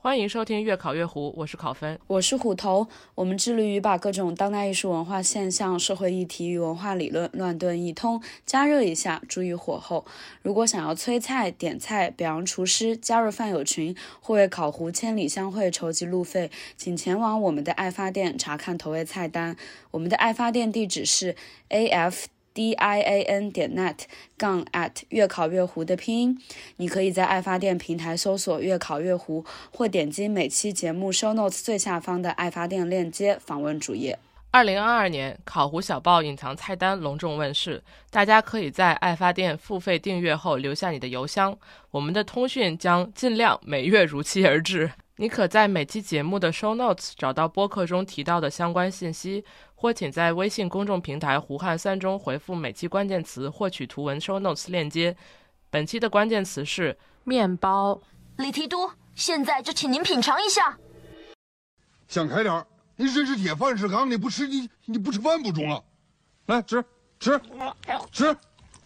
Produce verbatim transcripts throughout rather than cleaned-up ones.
欢迎收听越考越糊，我是考分， 我是虎头。我们致力于把各种当代艺术文化现象、社会议题与文化理论乱炖一通，加热一下，注意火候。如果想要催菜、点菜、表扬厨师、加入饭友群，或为考糊千里相会筹集路费，请前往我们的爱发店查看投喂菜单。我们的爱发店地址是 a f d i a n 点 net 杠 at 越考越糊的拼音。你可以在爱发电平台搜索越考越糊，或点击每期节目 show notes 最下方的爱发电链接访问主页。 二零二二年考糊小报隐藏菜单隆重问世，大家可以在爱发电付费订阅后留下你的邮箱，我们的通讯将尽量每月如期而至。你可在每期节目的 show notes 找到播客中提到的相关信息，或请在微信公众平台胡汉三中回复每期关键词获取图文 show notes 链接。本期的关键词是面包。 李提督，现在就请您品尝一下。 想开点，你这是铁饭是钢，你不吃你你不吃饭不中啊！来吃吃吃，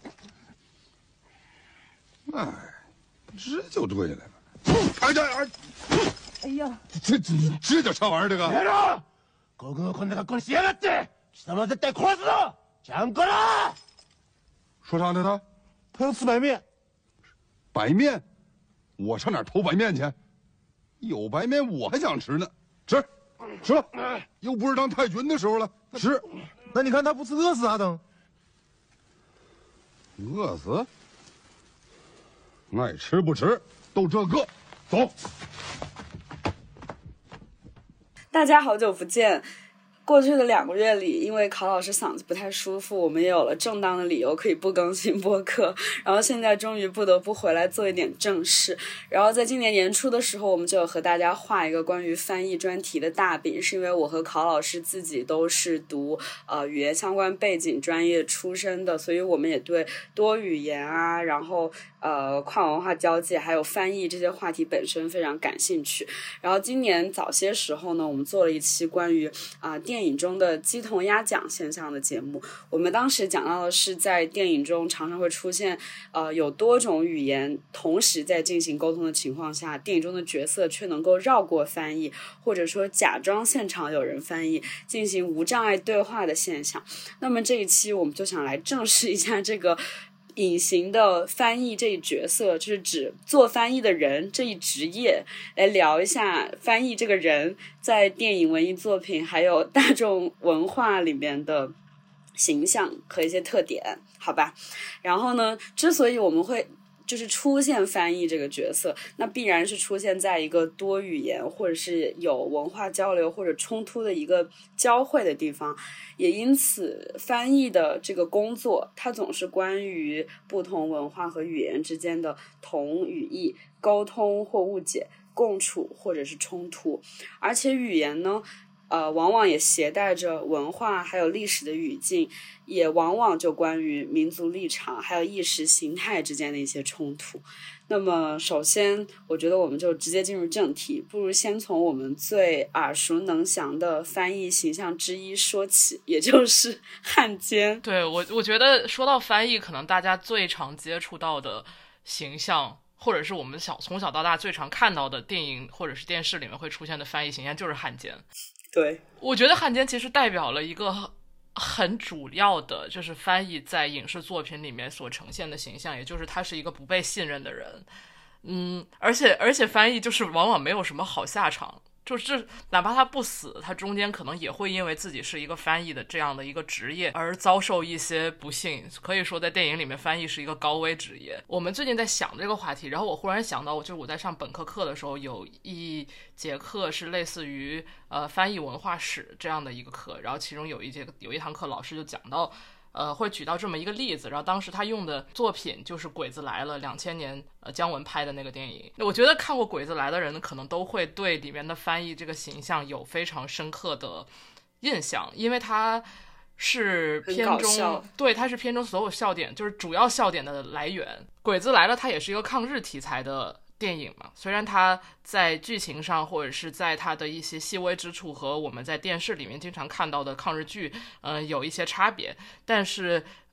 哎，这就对了。哎呀哎呀，这这这叫啥玩意儿？这个。 こここんな格好しやがって！貴様絶対殺すぞ！ちゃんこら！ 说啥呢？他他要吃白面。 白面？我上哪儿偷白面去？有白面我还想吃呢。吃，吃了，又不是当太君的时候了。吃。 那你看他不吃饿死啊？等。 饿死？爱吃不吃都这个。走。 大家好久不见。过去的两个月里，因为考老师嗓子不太舒服，我们也有了正当的理由可以不更新播客，然后现在终于不得不回来做一点正事。然后在今年年初的时候，我们就有和大家画一个关于翻译专题的大饼，是因为我和考老师自己都是读呃语言相关背景专业出身的，所以我们也对多语言啊，然后呃跨文化交界还有翻译这些话题本身非常感兴趣。然后今年早些时候呢，我们做了一期关于啊、呃、电影中的鸡同鸭讲现象的节目。我们当时讲到的是在电影中常常会出现呃有多种语言同时在进行沟通的情况下，电影中的角色却能够绕过翻译，或者说假装现场有人翻译，进行无障碍对话的现象。那么这一期我们就想来正视一下这个隐形的翻译这一角色，就是指做翻译的人这一职业，来聊一下翻译这个人在电影、文艺作品还有大众文化里面的形象和一些特点，好吧？然后呢，之所以我们会就是出现翻译这个角色，那必然是出现在一个多语言或者是有文化交流或者冲突的一个交汇的地方，也因此翻译的这个工作它总是关于不同文化和语言之间的同语义沟通或误解、共处或者是冲突。而且语言呢呃，往往也携带着文化还有历史的语境，也往往就关于民族立场还有意识形态之间的一些冲突。那么首先我觉得我们就直接进入正题，不如先从我们最耳熟能详的翻译形象之一说起，也就是汉奸。 对，我我觉得说到翻译，可能大家最常接触到的形象，或者是我们小从小到大最常看到的电影或者是电视里面会出现的翻译形象，就是汉奸。 对， 我觉得汉奸其实代表了一个很主要的，就是翻译在影视作品里面所呈现的形象，也就是他是一个不被信任的人。嗯，而且而且翻译就是往往没有什么好下场，就是哪怕他不死，他中间可能也会因为自己是一个翻译的这样的一个职业而遭受一些不幸。可以说在电影里面翻译是一个高危职业。我们最近在想这个话题，然后我忽然想到，就是我在上本科课的时候有一节课是类似于呃翻译文化史这样的一个课，然后其中有一节有一堂课老师就讲到呃，会举到这么一个例子，然后当时他用的作品就是《鬼子来了》两千年呃姜文拍的那个电影。我觉得看过《鬼子来》的人可能都会对里面的翻译这个形象有非常深刻的印象，因为他是片中对他是片中所有笑点，就是主要笑点的来源。《鬼子来了》它也是一个抗日题材的电影嘛，虽然它在剧情上或者是在它的一些细微之处和我们在电视里面经常看到的抗日剧呃有一些差别，但是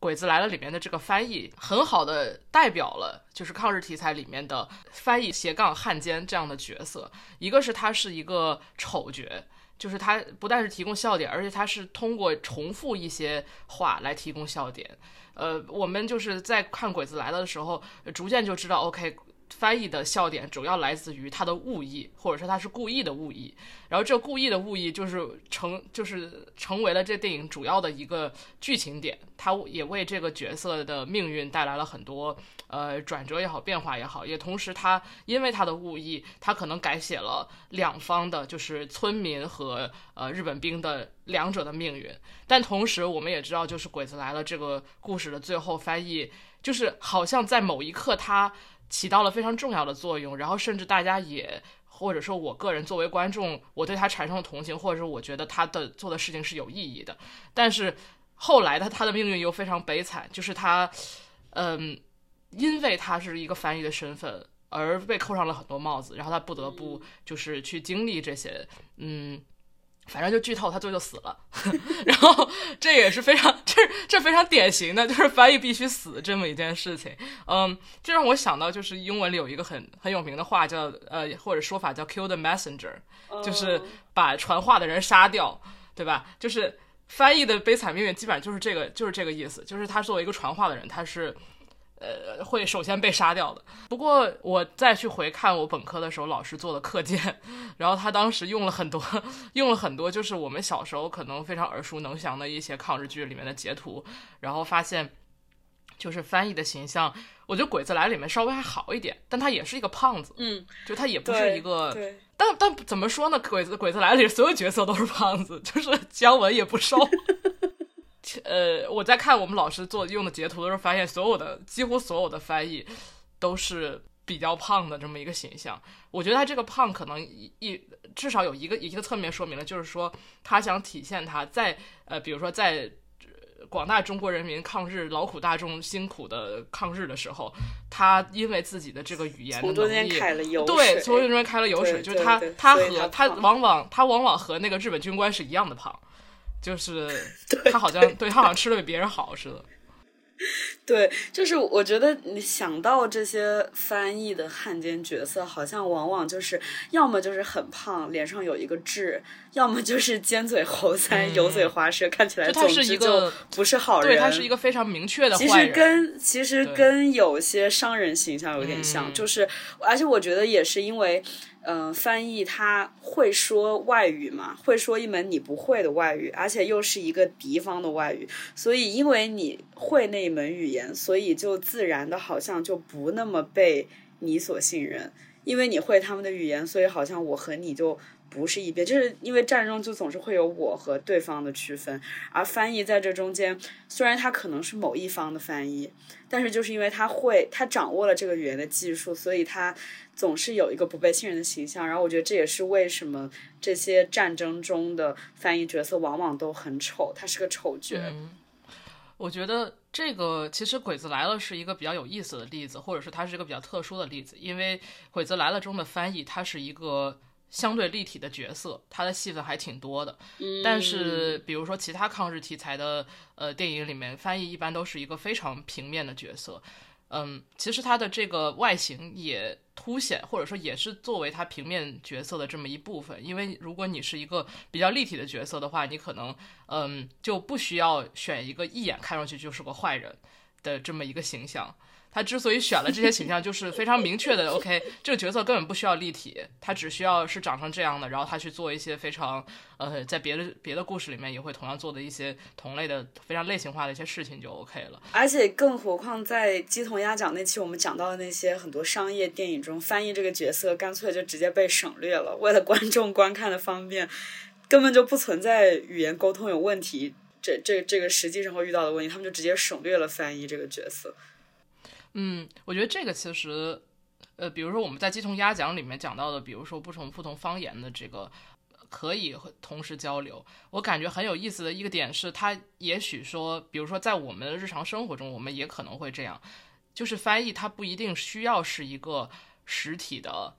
鬼子来了里面的这个翻译很好的代表了就是抗日题材里面的翻译斜杠汉奸这样的角色。一个是他是一个丑角，就是他不但是提供笑点，而且他是通过重复一些话来提供笑点。呃，我们就是在看鬼子来了的时候逐渐就知道 OK，翻译的笑点主要来自于他的误译，或者说他是故意的误译，然后这故意的误译就是成就是成为了这电影主要的一个剧情点，他也为这个角色的命运带来了很多呃转折也好，变化也好，也同时他因为他的误译，他可能改写了两方的就是村民和呃日本兵的两者的命运。但同时我们也知道，就是鬼子来了这个故事的最后翻译，就是好像在某一刻他起到了非常重要的作用，然后甚至大家也或者说我个人作为观众，我对他产生了同情，或者说我觉得他的做的事情是有意义的。但是后来他他的命运又非常悲惨，就是他嗯，因为他是一个翻译的身份而被扣上了很多帽子，然后他不得不就是去经历这些嗯反正就剧透，他最后就死了。然后这也是非常这这非常典型的，就是翻译必须死这么一件事情。嗯，这让我想到就是英文里有一个很很有名的话叫呃或者说法叫 kill the messenger， 就是把传话的人杀掉，对吧？就是翻译的悲惨命运基本上就是这个就是这个意思，就是他作为一个传话的人，他是呃，会首先被杀掉的。不过我再去回看我本科的时候老师做的课件，然后他当时用了很多用了很多就是我们小时候可能非常耳熟能详的一些抗日剧里面的截图，然后发现就是翻译的形象，我觉得鬼子来里面稍微还好一点，但他也是一个胖子， 嗯， 就他也不是一个对对但但怎么说呢，鬼子鬼子来里所有角色都是胖子，就是姜文也不瘦。呃，我在看我们老师做用的截图的时候，发现所有的几乎所有的翻译都是比较胖的这么一个形象。我觉得他这个胖可能一至少有一个一个侧面说明了，就是说他想体现他在呃，比如说在广大中国人民抗日劳苦大众辛苦的抗日的时候，他因为自己的这个语言的能力， 从中间开了油水， 对，从中间开了油水，就是他他和他往往他往往和那个日本军官是一样的胖。就是他好像 对, 对他好像吃的比别人好似的。 对，就是我觉得你想到这些翻译的汉奸角色，好像往往就是要么就是很胖，脸上有一个痣，要么就是尖嘴猴腮、嗯、油嘴滑舌，看起来总之就不是好人。 对，他是一个非常明确的坏人。 其实跟其实跟有些商人形象有点像，就是而且我觉得也是因为。嗯、呃，翻译他会说外语嘛，会说一门你不会的外语，而且又是一个敌方的外语，所以因为你会那一门语言，所以就自然的好像就不那么被你所信任，因为你会他们的语言，所以好像我和你就不是一边，就是因为战争就总是会有我和对方的区分，而翻译在这中间，虽然他可能是某一方的翻译，但是就是因为他会他掌握了这个语言的技术，所以他总是有一个不被信任的形象。然后我觉得这也是为什么这些战争中的翻译角色往往都很丑，他是个丑角。 嗯，我觉得这个其实鬼子来了是一个比较有意思的例子，或者是它是一个比较特殊的例子，因为鬼子来了中的翻译它是一个相对立体的角色，他的戏份还挺多的。 嗯， 但是比如说其他抗日题材的呃电影里面，翻译一般都是一个非常平面的角色。嗯，其实他的这个外形也凸显，或者说也是作为他平面角色的这么一部分。因为如果你是一个比较立体的角色的话，你可能嗯就不需要选一个一眼看上去就是个坏人的这么一个形象。他之所以选了这些形象，就是非常明确的 OK 这个角色根本不需要立体，他只需要是长成这样的，然后他去做一些非常呃在别的别的故事里面也会同样做的一些同类的非常类型化的一些事情就 OK 了。 而且更何况在鸡同鸭讲那期我们讲到的那些很多商业电影中，翻译这个角色干脆就直接被省略了，为了观众观看的方便，根本就不存在语言沟通有问题这这这个实际上会遇到的问题，他们就直接省略了翻译这个角色。 嗯，我觉得这个其实，呃，比如说我们在鸡同鸭讲里面讲到的，比如说不同不同方言的这个可以同时交流，我感觉很有意思的一个点是，它也许说，比如说在我们的日常生活中，我们也可能会这样，就是翻译它不一定需要是一个实体的，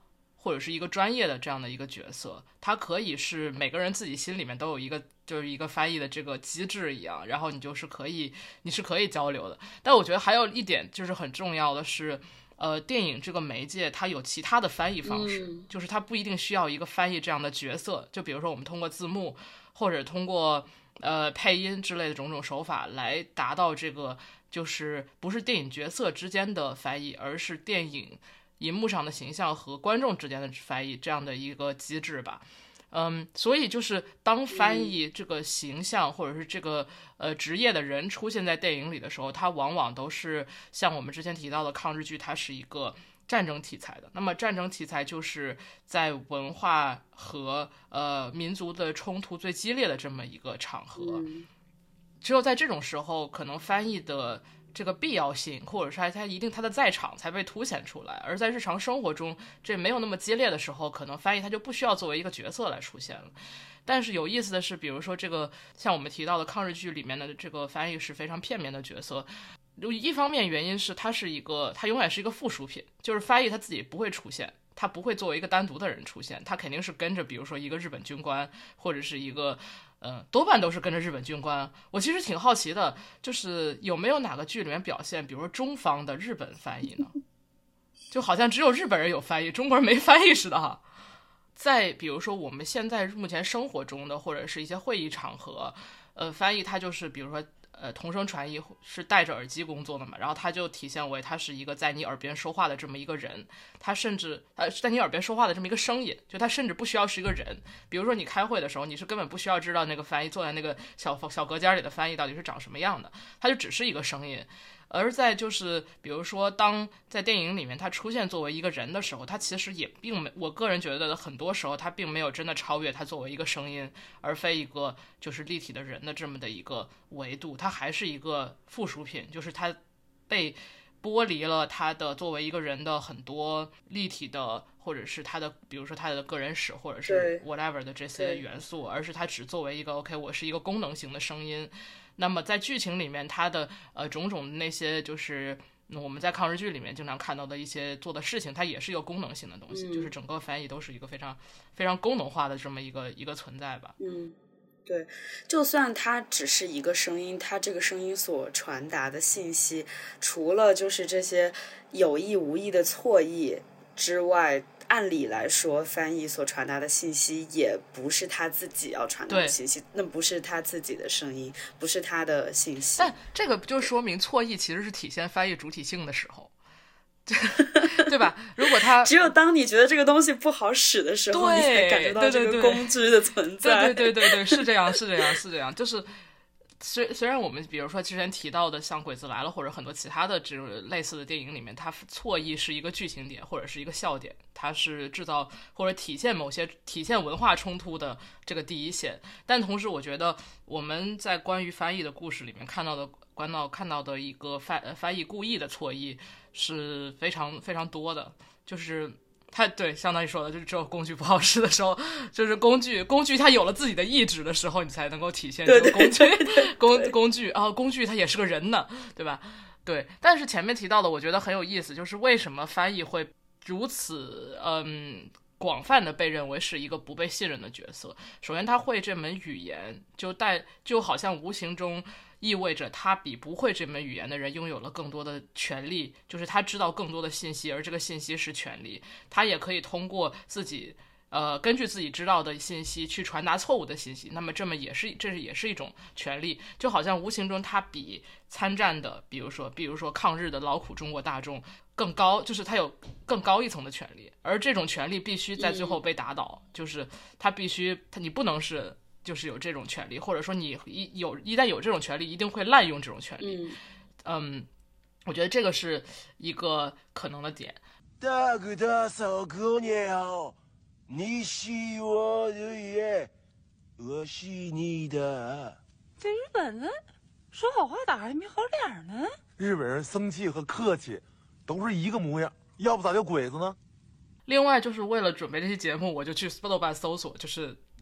或者是一个专业的这样的一个角色，它可以是每个人自己心里面都有一个就是一个翻译的这个机制一样，然后你就是可以你是可以交流的。但我觉得还有一点就是很重要的是呃，电影这个媒介它有其他的翻译方式、嗯、就是它不一定需要一个翻译这样的角色，就比如说我们通过字幕或者通过呃配音之类的种种手法来达到这个就是不是电影角色之间的翻译，而是电影银幕上的形象和观众之间的翻译这样的一个机制吧。嗯，所以就是当翻译这个形象或者是这个呃职业的人出现在电影里的时候，它往往都是像我们之前提到的抗日剧，它是一个战争题材的。那么战争题材就是在文化和呃民族的冲突最激烈的这么一个场合，只有在这种时候，可能翻译的这个必要性或者是它一定它的在场才被凸显出来，而在日常生活中这没有那么激烈的时候，可能翻译它就不需要作为一个角色来出现了。但是有意思的是，比如说这个像我们提到的抗日剧里面的这个翻译是非常片面的角色，一方面原因是它是一个它永远是一个附属品，就是翻译它自己不会出现，他不会作为一个单独的人出现，他肯定是跟着比如说一个日本军官或者是一个呃，多半都是跟着日本军官。我其实挺好奇的，就是有没有哪个剧里面表现比如说中方的日本翻译呢？就好像只有日本人有翻译，中国人没翻译似的哈。再比如说我们现在目前生活中的或者是一些会议场合，呃，翻译它就是比如说呃，同声传译是戴着耳机工作的嘛，然后他就体现为他是一个在你耳边说话的这么一个人，他甚至呃在你耳边说话的这么一个声音，就他甚至不需要是一个人。比如说你开会的时候，你是根本不需要知道那个翻译坐在那个小小隔间里的翻译到底是长什么样的，他就只是一个声音。而在就是比如说当在电影里面他出现作为一个人的时候，他其实也并没，我个人觉得很多时候他并没有真的超越他作为一个声音而非一个就是立体的人的这么的一个维度，他还是一个附属品，就是他被剥离了他的作为一个人的很多立体的或者是他的比如说他的个人史或者是 whatever 的这些元素，而是他只作为一个 OK 我是一个功能型的声音。那么在剧情里面他的呃种种那些就是我们在抗日剧里面经常看到的一些做的事情，它也是一个功能性的东西、嗯、就是整个翻译都是一个非常非常功能化的这么一个一个存在吧。 嗯，对，就算它只是一个声音，它这个声音所传达的信息，除了就是这些有意无意的错译之外，按理来说翻译所传达的信息也不是他自己要传达的信息，那不是他自己的声音，不是他的信息。 但这个就说明错译其实是体现翻译主体性的时候对吧？如果他只有当你觉得这个东西不好使的时候，你才感觉到这个工具的存在。 对对对对对，是这样是这样是这样。就是虽虽然我们比如说之前提到的像《鬼子来了》或者很多其他的这种类似的电影里面，它错译是一个剧情点或者是一个笑点，它是制造或者体现某些体现文化冲突的这个第一线。但同时我觉得我们在关于翻译的故事里面看到的关到看到的一个翻翻译故意的错译是非常非常多的，就是它对相当于说的就是只有工具不好使的时候，就是工具工具它有了自己的意志的时候，你才能够体现这个工具工工具啊，工具它也是个人呢，对吧？对。但是前面提到的我觉得很有意思，就是为什么翻译会如此嗯广泛的被认为是一个不被信任的角色。首先他会这门语言，就带就好像无形中意味着他比不会这门语言的人拥有了更多的权利，就是他知道更多的信息，而这个信息是权利。他也可以通过自己呃根据自己知道的信息去传达错误的信息，那么这么也是这是也是一种权利。就好像无形中他比参战的比如说比如说抗日的劳苦中国大众更高，就是他有更高一层的权利，而这种权利必须在最后被打倒、嗯、就是他必须他你不能是就是有这种权利，或者说你一有一旦有这种权利一定会滥用这种权利。 嗯, 嗯我觉得这个是一个可能的点。 大哥大嫂过年好，你是我的爷，我是你的。 这日本人说好话咋还没好脸呢？ 日本人生气和客气都是一个模样，要不咋叫鬼子呢？ 另外就是为了准备这期节目，我就去豆瓣搜索，就是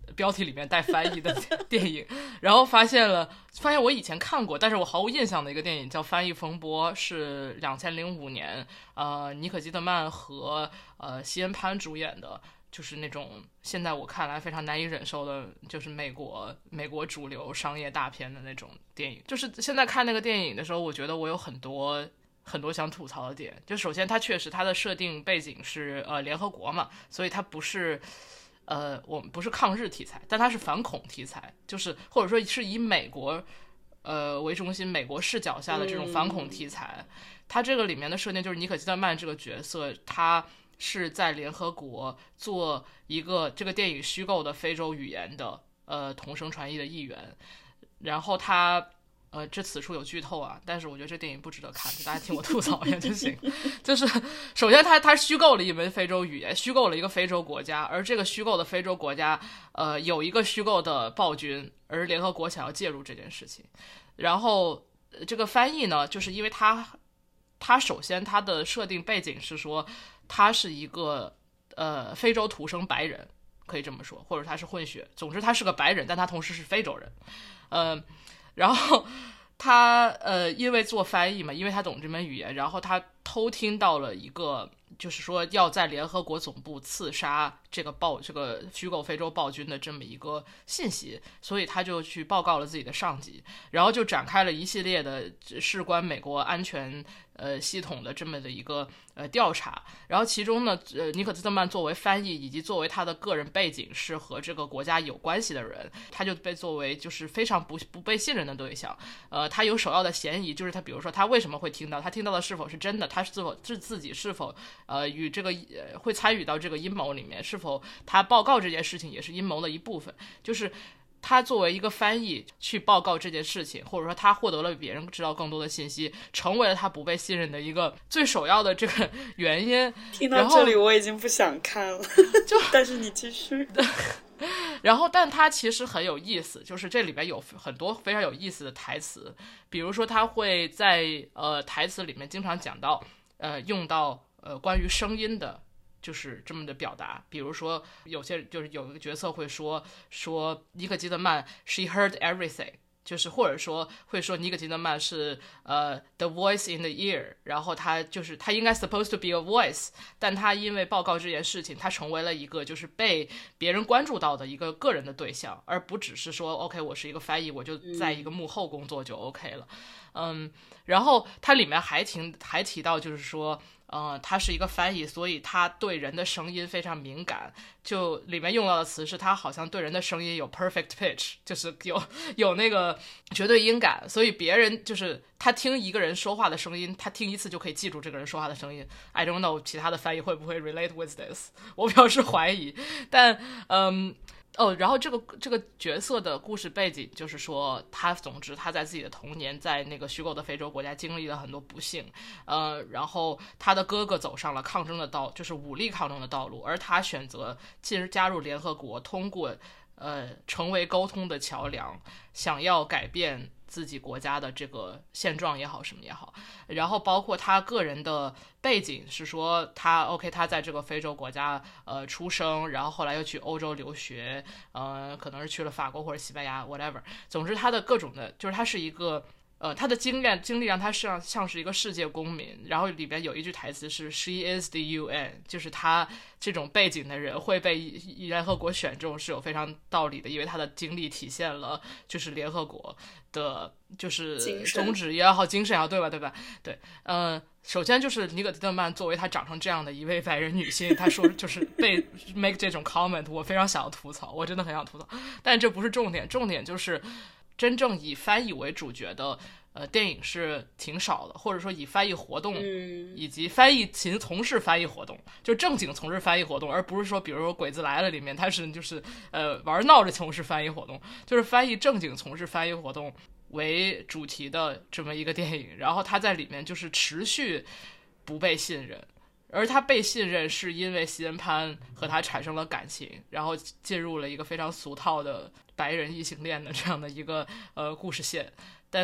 标题里面带翻译的电影，然后发现了发现我以前看过但是我毫无印象的一个电影叫《翻译风波》，是两千零五年呃妮可基德曼和呃西恩潘主演的，就是那种现在我看来非常难以忍受的，就是美国美国主流商业大片的那种电影。就是现在看那个电影的时候，我觉得我有很多很多想吐槽的点。就首先它确实它的设定背景是呃联合国嘛，所以它不是呃我们不是抗日题材，但它是反恐题材，就是或者说是以美国呃为中心美国视角下的这种反恐题材。嗯、它这个里面的设定就是妮可基德曼这个角色，他是在联合国做一个这个电影虚构的非洲语言的呃同声传译的译员，然后他呃这此处有剧透啊，但是我觉得这电影不值得看，就大家听我吐槽一下就行。就是首先他他虚构了一门非洲语言，虚构了一个非洲国家，而这个虚构的非洲国家呃有一个虚构的暴君，而联合国想要介入这件事情。然后这个翻译呢，就是因为他他首先他的设定背景是说他是一个呃非洲土生白人，可以这么说，或者他是混血，总之他是个白人，但他同时是非洲人。呃，然后他呃因为做翻译嘛，因为他懂这门语言，然后他偷听到了一个就是说要在联合国总部刺杀这个暴这个虚构非洲暴君的这么一个信息，所以他就去报告了自己的上级，然后就展开了一系列的事关美国安全呃系统的这么的一个呃调查。然后其中呢呃妮可基德曼作为翻译以及作为他的个人背景是和这个国家有关系的人，他就被作为就是非常不不被信任的对象。呃他有首要的嫌疑，就是他比如说他为什么会听到，他听到的是否是真的，他是否是自己是否呃与这个、呃、会参与到这个阴谋里面，是否他报告这件事情也是阴谋的一部分。就是他作为一个翻译去报告这件事情，或者说他获得了比别人知道更多的信息，成为了他不被信任的一个最首要的这个原因。 听到这里我已经不想看了，就但是你继续。 然后但他其实很有意思，就是这里面有很多非常有意思的台词，比如说他会在呃台词里面经常讲到呃用到呃关于声音的就是这么的表达。比如说有些就是有一个角色会说说妮可基德曼 she heard everything， 就是或者说会说妮可基德曼是呃 the voice in the ear， 然后他就是他应该 supposed to be a voice， 但他因为报告这件事情，他成为了一个就是被别人关注到的一个个人的对象，而不只是说 OK 我是一个翻译，我就在一个幕后工作就 OK 了。嗯，然后它里面还提还提到就是说呃，他是一个翻译，所以他对人的声音非常敏感。就里面用到的词是他好像对人的声音有 perfect pitch， 就是有有那个绝对音感，所以别人就是他听一个人说话的声音，他听一次就可以记住这个人说话的声音。I don't know 其他的翻译会不会 relate with this， 我表示怀疑。但嗯。哦，然后这个这个角色的故事背景就是说，他总之他在自己的童年在那个虚构的非洲国家经历了很多不幸，呃，然后他的哥哥走上了抗争的道，就是武力抗争的道路，而他选择进加入联合国，通过呃成为沟通的桥梁，想要改变自己国家的这个现状也好什么也好。然后包括他个人的背景是说他 OK 他在这个非洲国家呃出生，然后后来又去欧洲留学，呃可能是去了法国或者西班牙 whatever， 总之他的各种的就是他是一个呃他的经验经历让他像像是一个世界公民。然后里边有一句台词是 She is the U N， 就是他这种背景的人会被联合国选中是有非常道理的，因为他的经历体现了就是联合国的就是宗旨也好精神也好，对吧对吧对。呃首先就是妮可基德曼作为她长成这样的一位白人女性，她说就是被 make 这种 comment， 我非常想要吐槽，我真的很想吐槽，但这不是重点，重点就是真正以翻译为主角的呃电影是挺少的，或者说以翻译活动、嗯、以及翻译勤从事翻译活动，就正经从事翻译活动，而不是说比如说鬼子来了里面他是就是呃玩闹着从事翻译活动，就是翻译正经从事翻译活动为主题的这么一个电影。然后他在里面就是持续不被信任，而他被信任是因为西恩潘和他产生了感情，然后进入了一个非常俗套的白人异性恋的这样的一个呃故事线。但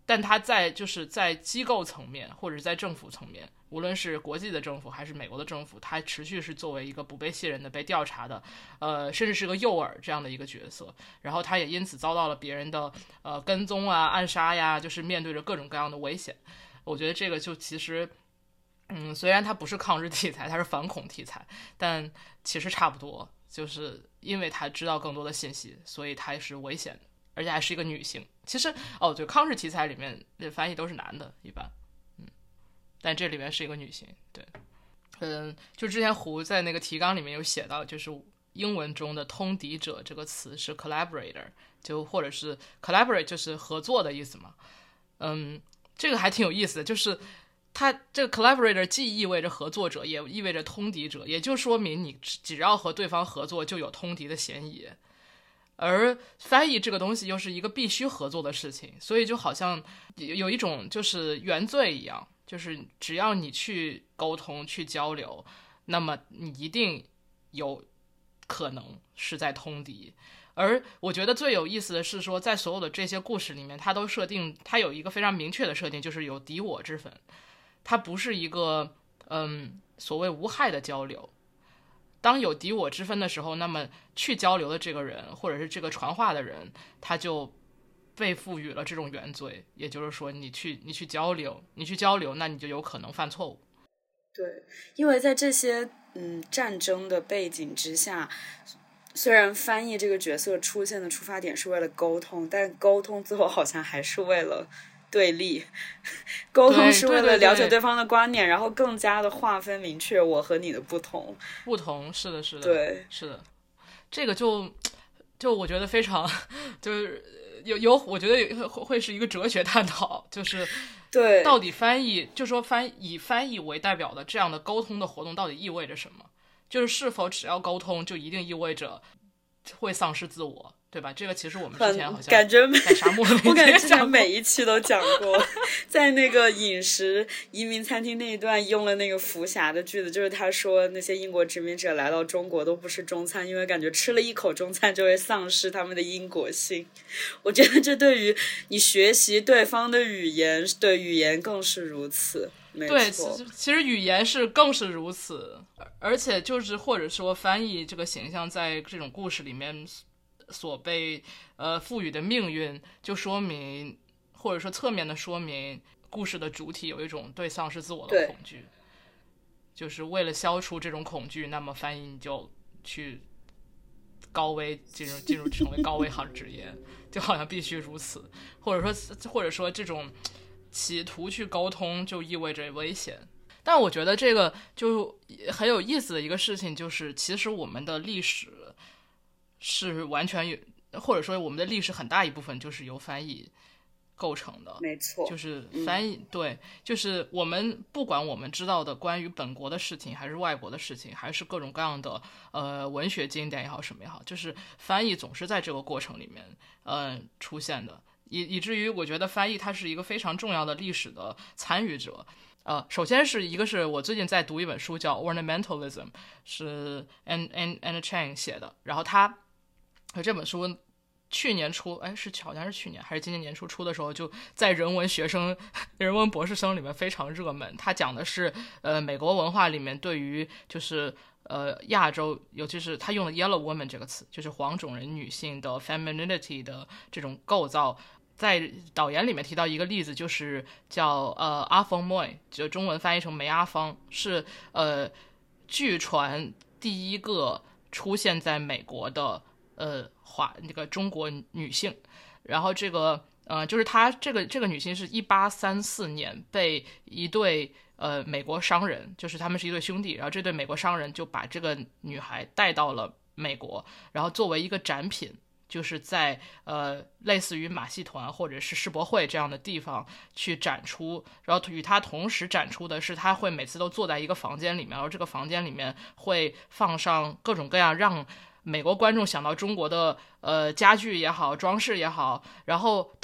但它在就是在机构层面或者在政府层面，无论是国际的政府还是美国的政府，它持续是作为一个不被信任的被调查的呃，甚至是个诱饵这样的一个角色，然后它也因此遭到了别人的呃跟踪啊暗杀呀，就是面对着各种各样的危险。我觉得这个就其实嗯，虽然它不是抗日题材，它是反恐题材，但其实差不多，就是因为他知道更多的信息，所以他是危险的，而且还是一个女性。其实哦，对，抗日题材里面的翻译都是男的，一般，嗯，但这里面是一个女性，对，嗯，就之前胡在那个提纲里面有写到，就是英文中的通敌者这个词是 collaborator， 就或者是 collaborate 就是合作的意思嘛，嗯，这个还挺有意思的，就是它这个 collaborator 既意味着合作者，也意味着通敌者，也就说明你只要和对方合作就有通敌的嫌疑。而翻译这个东西又是一个必须合作的事情，所以就好像有一种就是原罪一样，就是只要你去沟通去交流，那么你一定有可能是在通敌。而我觉得最有意思的是说，在所有的这些故事里面，它都设定，它有一个非常明确的设定，就是有敌我之分，它不是一个嗯所谓无害的交流。当有敌我之分的时候，那么去交流的这个人或者是这个传话的人，他就被赋予了这种原罪，也就是说你去你去交流你去交流那你就有可能犯错误。 对，因为在这些嗯战争的背景之下，虽然翻译这个角色出现的出发点是为了沟通，但沟通最后好像还是为了对立，沟通是为了了解对方的观点，然后更加的划分明确我和你的不同。 不同，是的，是的， 对， 是的，这个就就我觉得非常就是有有，我觉得会是一个哲学探讨，就是对到底翻译，就说翻以翻译为代表的这样的沟通的活动到底意味着什么？就是是否只要沟通就一定意味着会丧失自我？对吧？这个其实我们之前好像感觉在沙漠里我感觉之前每一期都讲过，在那个饮食移民餐厅那一段用了那个福霞的句子，就是他说那些英国殖民者来到中国都不吃中餐，因为感觉吃了一口中餐就会丧失他们的英国性。我觉得这对于你学习对方的语言，对语言更是如此。 对，其实其实语言是更是如此，而且就是或者说翻译这个形象在这种故事里面所被呃赋予的命运，就说明或者说侧面的说明故事的主体有一种对丧失自我的恐惧，就是为了消除这种恐惧，那么翻译你就去高危进入进入成为高危行职业，就好像必须如此，或者说或者说这种企图去沟通就意味着危险。但我觉得这个就很有意思的一个事情，就是其实我们的历史是完全有，或者说我们的历史很大一部分就是由翻译构成的。 没错， 就是翻译、嗯、对，就是我们不管我们知道的关于本国的事情还是外国的事情，还是各种各样的呃文学经典也好什么也好，就是翻译总是在这个过程里面呃出现的，以以至于我觉得翻译它是一个非常重要的历史的参与者。呃，首先是一个是我最近在读一本书叫 Ornamentalism， 是 Anna Anna Chang 写的，然后他这本书去年出，哎，是好像是去年还是今年年初出的时候，就在人文学生、人文博士生里面非常热门。他讲的是呃美国文化里面对于就是呃亚洲，尤其是他用了 Yellow Woman 这个词，就是黄种人女性的 femininity 的这种构造。在导言里面提到一个例子，就是叫呃阿峰妹，就中文翻译成梅阿芳，是呃据传第一个出现在美国的呃华那个中国女性。然后这个呃就是她这个这个女性是一八三四年被一对呃美国商人，就是他们是一对兄弟，然后这对美国商人就把这个女孩带到了美国，然后作为一个展品。就是在呃类似于马戏团或者是世博会这样的地方去展出，然后与他同时展出的是他会每次都坐在一个房间里面，然后这个房间里面会放上各种各样让美国观众想到中国的呃家具也好装饰也好，然后他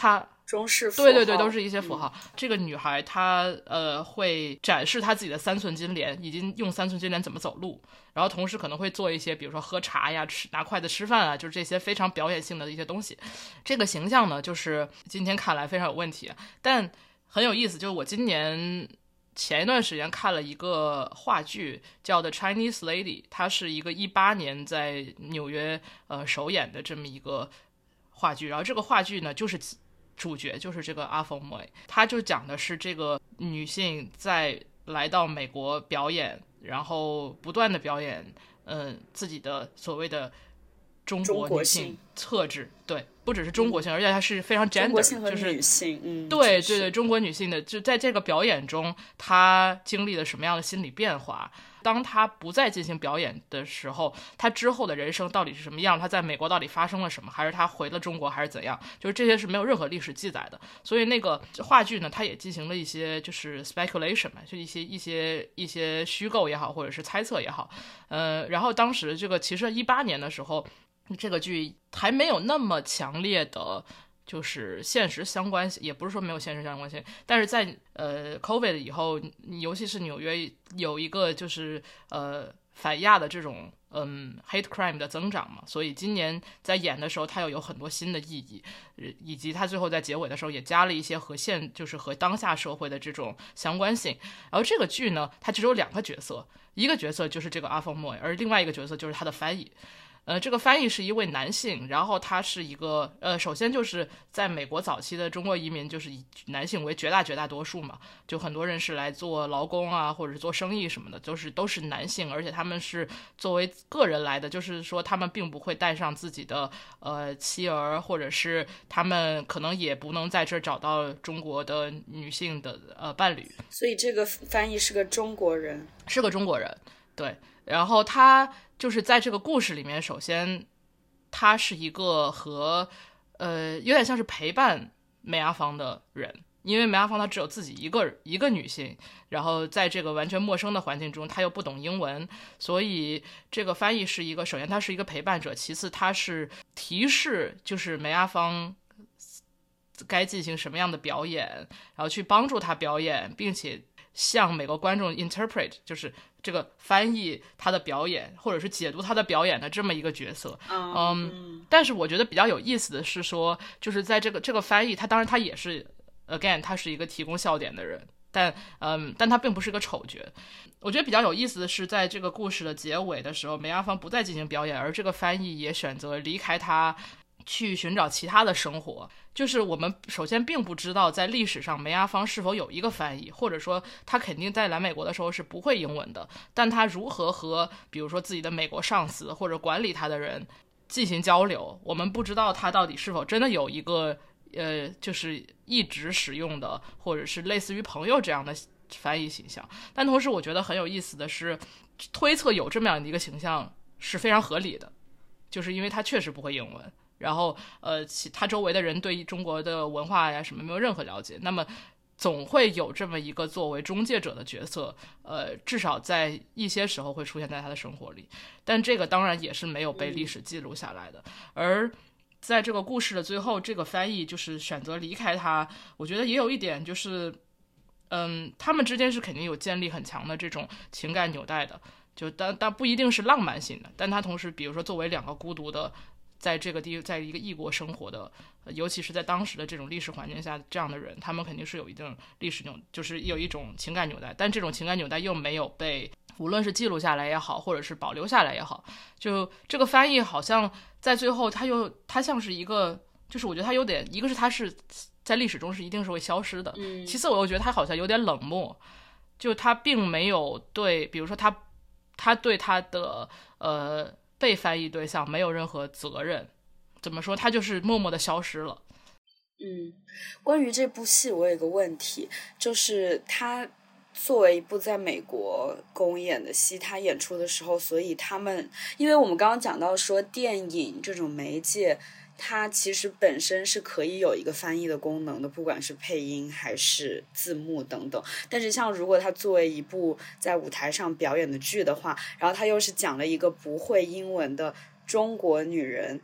中式符号， 对对对，都是一些符号。嗯、这个女孩她呃会展示她自己的三寸金莲，已经用三寸金莲怎么走路，然后同时可能会做一些比如说喝茶呀、吃拿筷子吃饭啊，就是这些非常表演性的一些东西。这个形象呢，就是今天看来非常有问题，但很有意思。就是我今年前一段时间看了一个话剧叫 The Chinese Lady， 它是一个一八年在纽约呃首演的这么一个话剧，然后这个话剧呢就是主角就是这个阿冯莫，他就讲的是这个女性在来到美国表演，然后不断的表演嗯、呃、自己的所谓的中国女性特质，对，不只是中国性、嗯、而且它是非常 gender， 中国性和女性、就是嗯、 对对对，中国女性的就在这个表演中她经历了什么样的心理变化，当她不再进行表演的时候，她之后的人生到底是什么样，她在美国到底发生了什么，还是她回了中国还是怎样，就是这些是没有任何历史记载的。所以那个话剧呢，它也进行了一些就是 speculation 嘛，就一些一些一些虚构也好或者是猜测也好，呃，然后当时这个其实一八年的时候这个剧还没有那么强烈的就是现实相关性，也不是说没有现实相关性，但是在呃 COVID 以后，尤其是纽约有一个就是呃反亚的这种嗯 hate crime 的增长嘛，所以今年在演的时候它又有很多新的意义，以及它最后在结尾的时候也加了一些和现就是和当下社会的这种相关性。然后这个剧呢，它只有两个角色，一个角色就是这个阿冯莫，而另外一个角色就是他的翻译。呃，这个翻译是一位男性，然后他是一个呃，首先就是在美国早期的中国移民，就是以男性为绝大绝大多数嘛，就很多人是来做劳工啊，或者是做生意什么的，都是都是男性，而且他们是作为个人来的，就是说他们并不会带上自己的呃妻儿，或者是他们可能也不能在这儿找到中国的女性的呃伴侣， 所以这个翻译是个中国人， 是个中国人，对，然后他。就是在这个故事里面，首先他是一个和呃有点像是陪伴梅阿芳的人，因为梅阿芳她只有自己一个一个女性，然后在这个完全陌生的环境中，她又不懂英文，所以这个翻译是一个，首先他是一个陪伴者，其次他是提示，就是梅阿芳该进行什么样的表演，然后去帮助他表演，并且向每个观众 interpret， 就是这个翻译他的表演或者是解读他的表演的这么一个角色。嗯， um, 但是我觉得比较有意思的是说，就是在这个这个翻译他当然他也是 again 他是一个提供笑点的人，但嗯，但他并不是一个丑角。我觉得比较有意思的是，在这个故事的结尾的时候，梅阿芳不再进行表演，而这个翻译也选择离开他去寻找其他的生活。就是我们首先并不知道在历史上梅阿芳是否有一个翻译，或者说他肯定在来美国的时候是不会英文的，但他如何和比如说自己的美国上司或者管理他的人进行交流，我们不知道他到底是否真的有一个呃，就是一直使用的或者是类似于朋友这样的翻译形象。但同时我觉得很有意思的是，推测有这么样的一个形象是非常合理的，就是因为他确实不会英文，然后呃，其他周围的人对中国的文化呀什么没有任何了解，那么总会有这么一个作为中介者的角色，呃，至少在一些时候会出现在他的生活里，但这个当然也是没有被历史记录下来的。而在这个故事的最后，这个翻译就是选择离开他，我觉得也有一点就是嗯，他们之间是肯定有建立很强的这种情感纽带的，就但但不一定是浪漫性的，但他同时比如说作为两个孤独的在这个地在一个异国生活的，尤其是在当时的这种历史环境下这样的人，他们肯定是有一定历史纽，就是有一种情感纽带，但这种情感纽带又没有被无论是记录下来也好，或者是保留下来也好，就这个翻译好像在最后他又他像是一个，就是我觉得他有点，一个是他是在历史中是一定是会消失的， 嗯， 其次我又觉得他好像有点冷漠，就他并没有对比如说他他对他的呃被翻译对象没有任何责任，怎么说，他就是默默的消失了。 嗯，关于这部戏我有一个问题，就是他作为一部在美国公演的戏，他演出的时候，所以他们因为我们刚刚讲到说电影这种媒介它其实本身是可以有一个翻译的功能的，不管是配音还是字幕等等，但是像如果它作为一部在舞台上表演的剧的话，然后它又是讲了一个不会英文的中国女人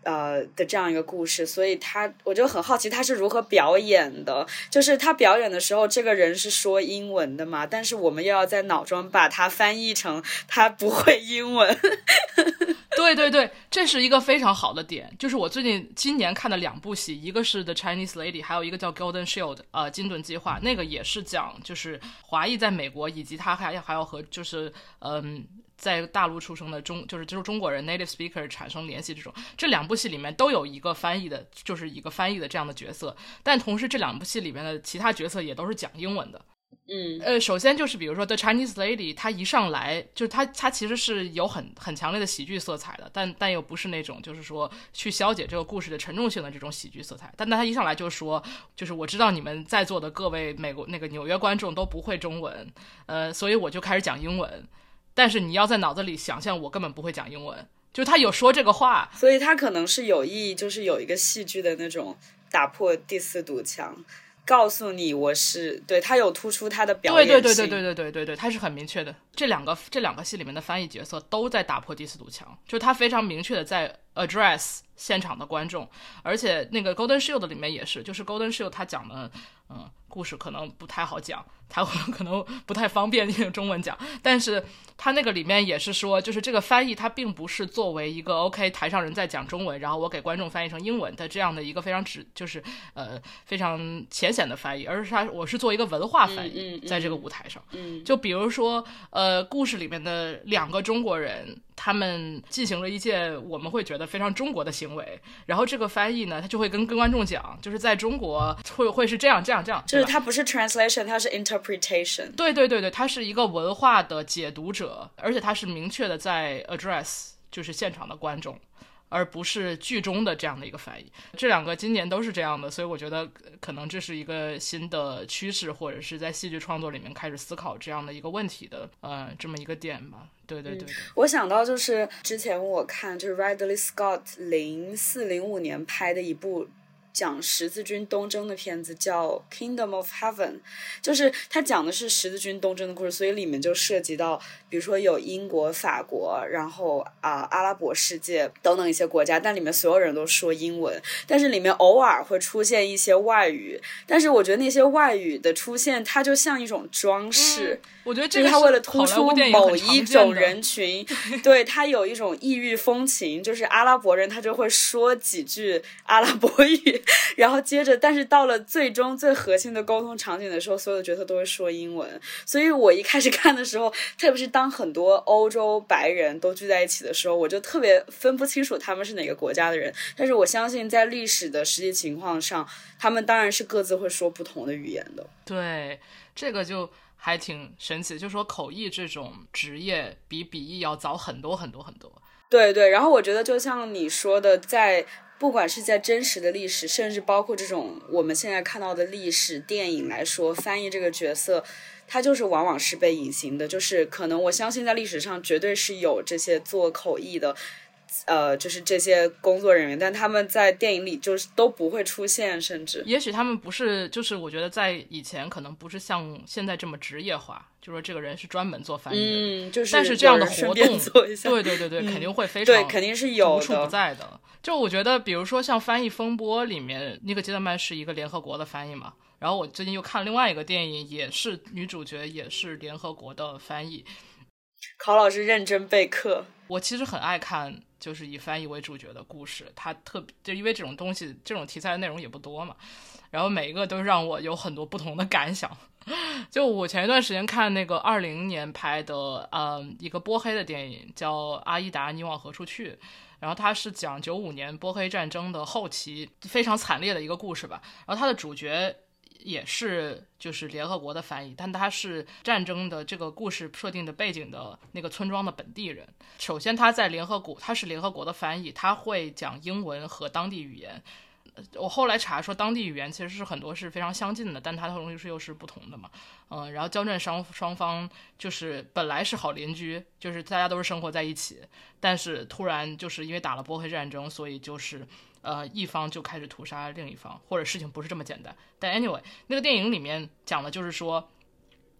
呃的这样一个故事，所以他我就很好奇他是如何表演的，就是他表演的时候这个人是说英文的嘛，但是我们又要在脑中把它翻译成他不会英文对对对，这是一个非常好的点，就是我最近今年看的两部戏，一个是 The Chinese Lady， 还有一个叫 Golden Shield 呃金盾计划，那个也是讲就是华裔在美国以及他还还要和就是嗯在大陆出生的中就是就是中国人 native speaker 产生联系，这种这两部戏里面都有一个翻译的，就是一个翻译的这样的角色，但同时这两部戏里面的其他角色也都是讲英文的。 嗯， 呃，首先就是比如说 The Chinese Lady， 她一上来就是她她其实是有很很强烈的喜剧色彩的，但但又不是那种就是说去消解这个故事的沉重性的这种喜剧色彩。但她一上来就说，就是我知道你们在座的各位美国那个纽约观众都不会中文，呃，所以我就开始讲英文。但是你要在脑子里想象我根本不会讲英文，就是他有说这个话， 所以他可能是有意，就是有一个戏剧的那种打破第四堵墙。告诉你我是对他有突出他的表演性， 对对对对对对对对对，他是很明确的。这两个这两个戏里面的翻译角色都在打破第四堵墙，就是他非常明确的在 address 现场的观众，而且那个 Golden Shield 里面也是，就是 Golden Shield 他讲的嗯故事可能不太好讲，他可能不太方便用中文讲，但是他那个里面也是说，就是这个翻译它并不是作为一个 OK 台上人在讲中文，然后我给观众翻译成英文的这样的一个非常直就是呃非常浅显的翻译，而是他我是做一个文化翻译在这个舞台上。 嗯， 就比如说呃故事里面的两个中国人，他们进行了一件我们会觉得非常中国的行为，然后这个翻译呢他就会跟跟观众讲，就是在中国会会是这样这样这样， 就是它不是 translation， 它是 interpretation。 对对对对，他是一个文化的解读者，而且他是明确的在 address 就是现场的观众，而不是剧中的这样的一个翻译。这两个今年都是这样的，所以我觉得可能这是一个新的趋势，或者是在戏剧创作里面开始思考这样的一个问题的呃这么一个点吧。对对对对、嗯、 我想到就是之前我看就是 Ridley Scott 零四零五年拍的一部讲十字军东征的片子叫 Kingdom of Heaven， 就是它讲的是十字军东征的故事，所以里面就涉及到比如说有英国、法国，然后啊、呃、阿拉伯世界等等一些国家，但里面所有人都说英文，但是里面偶尔会出现一些外语，但是我觉得那些外语的出现它就像一种装饰、嗯、 我觉得这个是他为了突出某一种人群对，他有一种异域风情，就是阿拉伯人他就会说几句阿拉伯语，然后接着但是到了最终最核心的沟通场景的时候，所有的角色都会说英文。所以我一开始看的时候，特别是当很多欧洲白人都聚在一起的时候，我就特别分不清楚他们是哪个国家的人，但是我相信在历史的实际情况上，他们当然是各自会说不同的语言的。 对，这个就还挺神奇，就说口译这种职业比笔译要早很多很多很多。 对对，然后我觉得就像你说的，在不管是在真实的历史，甚至包括这种我们现在看到的历史电影来说，翻译这个角色它就是往往是被隐形的，就是可能我相信在历史上绝对是有这些做口译的呃，就是这些工作人员，但他们在电影里就是都不会出现，甚至也许他们不是，就是我觉得在以前可能不是像现在这么职业化，就说这个人是专门做翻译的， 嗯，就是但是这样的活动做一下， 对对对对、嗯、肯定会非常对，肯定是有的， 无处不在的。就我觉得比如说像翻译风波里面，尼可基德曼是一个联合国的翻译嘛，然后我最近又看另外一个电影，也是女主角也是联合国的翻译。 考老师认真备课。 我其实很爱看就是以翻译为主角的故事，它特别就因为这种东西这种题材的内容也不多嘛，然后每一个都让我有很多不同的感想。就我前一段时间看那个二零年拍的呃一个波黑的电影叫《阿依达你往何处去》，然后它是讲九五年波黑战争的后期非常惨烈的一个故事吧，然后它的主角也是就是联合国的翻译，但他是战争的这个故事设定的背景的那个村庄的本地人。首先他在联合国，他是联合国的翻译，他会讲英文和当地语言。我后来查说当地语言其实是很多是非常相近的，但它的东西是又是不同的嘛。嗯，然后交战双双方就是本来是好邻居，就是大家都是生活在一起，但是突然就是因为打了波黑战争，所以就是呃一方就开始屠杀另一方，或者事情不是这么简单。但 anyway 那个电影里面讲的就是说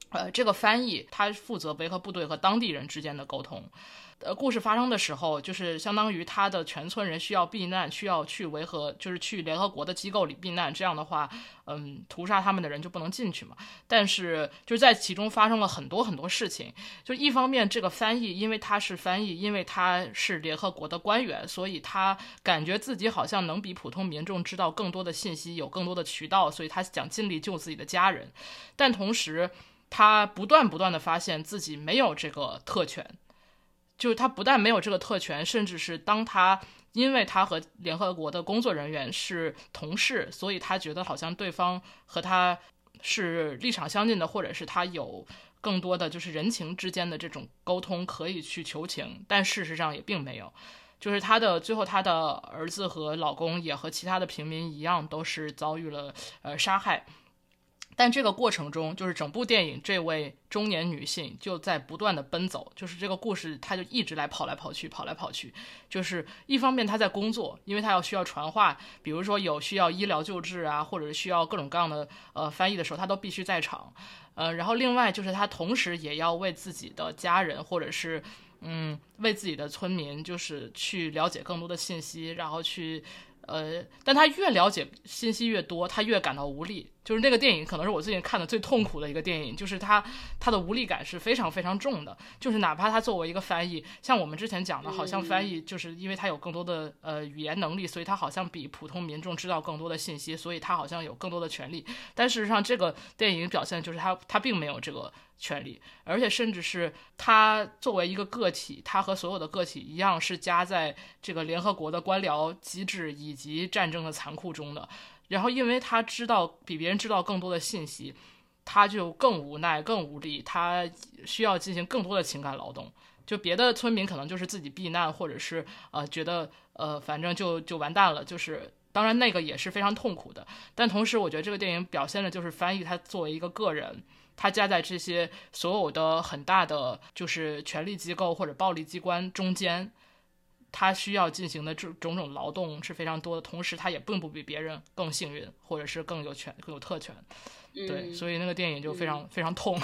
呃，这个翻译他负责维和部队和当地人之间的沟通。呃，故事发生的时候，就是相当于他的全村人需要避难，需要去维和，就是去联合国的机构里避难。这样的话，嗯，屠杀他们的人就不能进去嘛。但是就是在其中发生了很多很多事情。就一方面，这个翻译因为他是翻译，因为他是联合国的官员，所以他感觉自己好像能比普通民众知道更多的信息，有更多的渠道，所以他想尽力救自己的家人。但同时，他不断不断的发现自己没有这个特权。就是他不但没有这个特权，甚至是当他因为他和联合国的工作人员是同事，所以他觉得好像对方和他是立场相近的，或者是他有更多的就是人情之间的这种沟通可以去求情，但事实上也并没有。就是他的最后他的儿子和老公也和其他的平民一样，都是遭遇了呃杀害。但这个过程中，就是整部电影这位中年女性就在不断的奔走，就是这个故事她就一直来跑来跑去跑来跑去，就是一方面她在工作，因为她要需要传话，比如说有需要医疗救治啊，或者是需要各种各样的呃翻译的时候，她都必须在场。呃，然后另外就是她同时也要为自己的家人或者是嗯为自己的村民就是去了解更多的信息，然后去呃，但他越了解信息越多，他越感到无力。就是那个电影可能是我最近看的最痛苦的一个电影，就是他他的无力感是非常非常重的。就是哪怕他作为一个翻译，像我们之前讲的，好像翻译就是因为他有更多的呃语言能力，所以他好像比普通民众知道更多的信息，所以他好像有更多的权利。但事实上，这个电影表现就是他他并没有这个权利，而且甚至是他作为一个个体，他和所有的个体一样是夹在这个联合国的官僚机制以及战争的残酷中的。然后因为他知道比别人知道更多的信息，他就更无奈更无力，他需要进行更多的情感劳动。就别的村民可能就是自己避难，或者是呃觉得呃反正就就完蛋了，就是当然那个也是非常痛苦的。但同时我觉得这个电影表现的就是翻译他作为一个个人，他夹在这些所有的很大的就是权力机构或者暴力机关中间，他需要进行的这种种劳动是非常多的，同时他也并不比别人更幸运，或者是更有权更有特权。对、嗯、所以那个电影就非常、嗯、非常痛。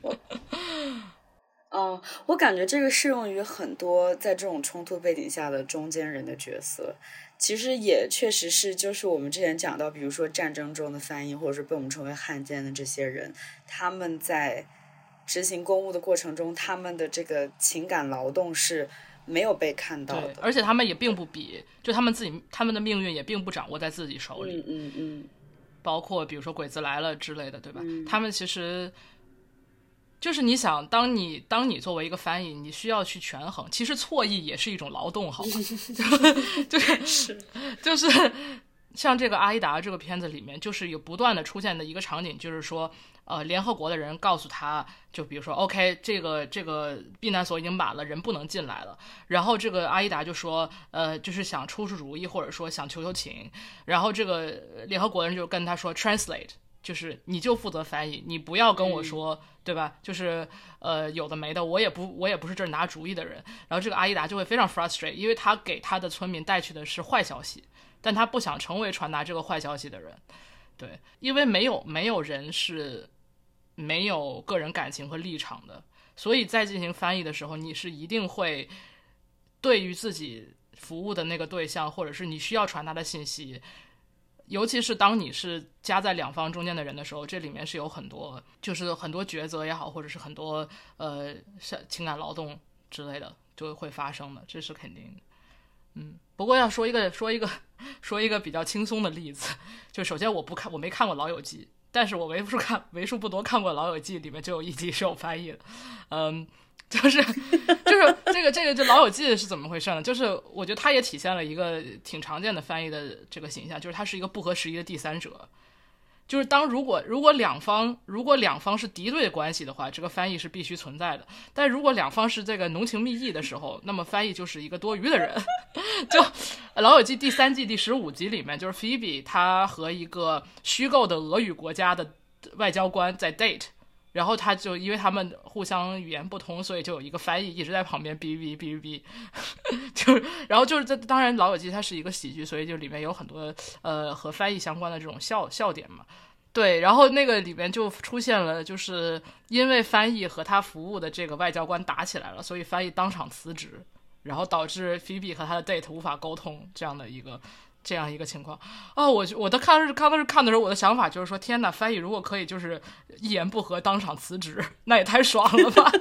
哦，我感觉这个适用于很多在这种冲突背景下的中间人的角色。其实也确实是，就是我们之前讲到，比如说战争中的翻译，或者是被我们称为汉奸的这些人，他们在执行公务的过程中，他们的这个情感劳动是没有被看到的， 而且他们也并不比，就他们自己他们的命运也并不掌握在自己手里。 嗯嗯嗯， 包括比如说鬼子来了之类的，对吧？ 嗯、 他们其实就是你想，当你当你作为一个翻译，你需要去权衡，其实错译也是一种劳动，好吗？就是是就是像这个阿依达这个片子里面，就是有不断的出现的一个场景，就是说呃，联合国的人告诉他，就比如说 OK 这个这个避难所已经满了，人不能进来了。然后这个阿依达就说呃，就是想出出主意，或者说想求求情。然后这个联合国人就跟他说 translate， 就是你就负责翻译，你不要跟我说、嗯、对吧？就是呃有的没的，我也不我也不是这儿拿主意的人。然后这个阿依达就会非常 frustrate， 因为他给他的村民带去的是坏消息，但他不想成为传达这个坏消息的人。对，因为没有没有人是没有个人感情和立场的，所以在进行翻译的时候，你是一定会对于自己服务的那个对象，或者是你需要传达的信息，尤其是当你是夹在两方中间的人的时候，这里面是有很多就是很多抉择也好，或者是很多呃情感劳动之类的就会发生的，这是肯定的。嗯，不过要说一个说一个说一个比较轻松的例子，就首先我不看我没看过《老友记》，但是我为数看为数不多看过《老友记》，里面就有一集是有翻译的。嗯，就是就是这个这个就《老友记》是怎么回事呢？就是我觉得它也体现了一个挺常见的翻译的这个形象，就是它是一个不合时宜的第三者。就是当如果如果两方如果两方是敌对的关系的话，这个翻译是必须存在的。但如果两方是这个浓情蜜意的时候，那么翻译就是一个多余的人。就《老友记》第三季第十五集里面，就是 Phoebe 她和一个虚构的俄语国家的外交官在 date， 然后他就因为他们互相语言不通，所以就有一个翻译一直在旁边哔哔哔哔哔，就是然后就是这当然《老友记》它是一个喜剧，所以就里面有很多呃和翻译相关的这种笑笑点嘛。 对，然后那个里面就出现了，就是因为翻译和他服务的这个外交官打起来了，所以翻译当场辞职，然后导致菲比和他的 date 无法沟通这样的一个这样一个情况。哦，我我的看是看的是看的时候，我的想法就是说，天哪，翻译如果可以就是一言不合当场辞职，那也太爽了吧！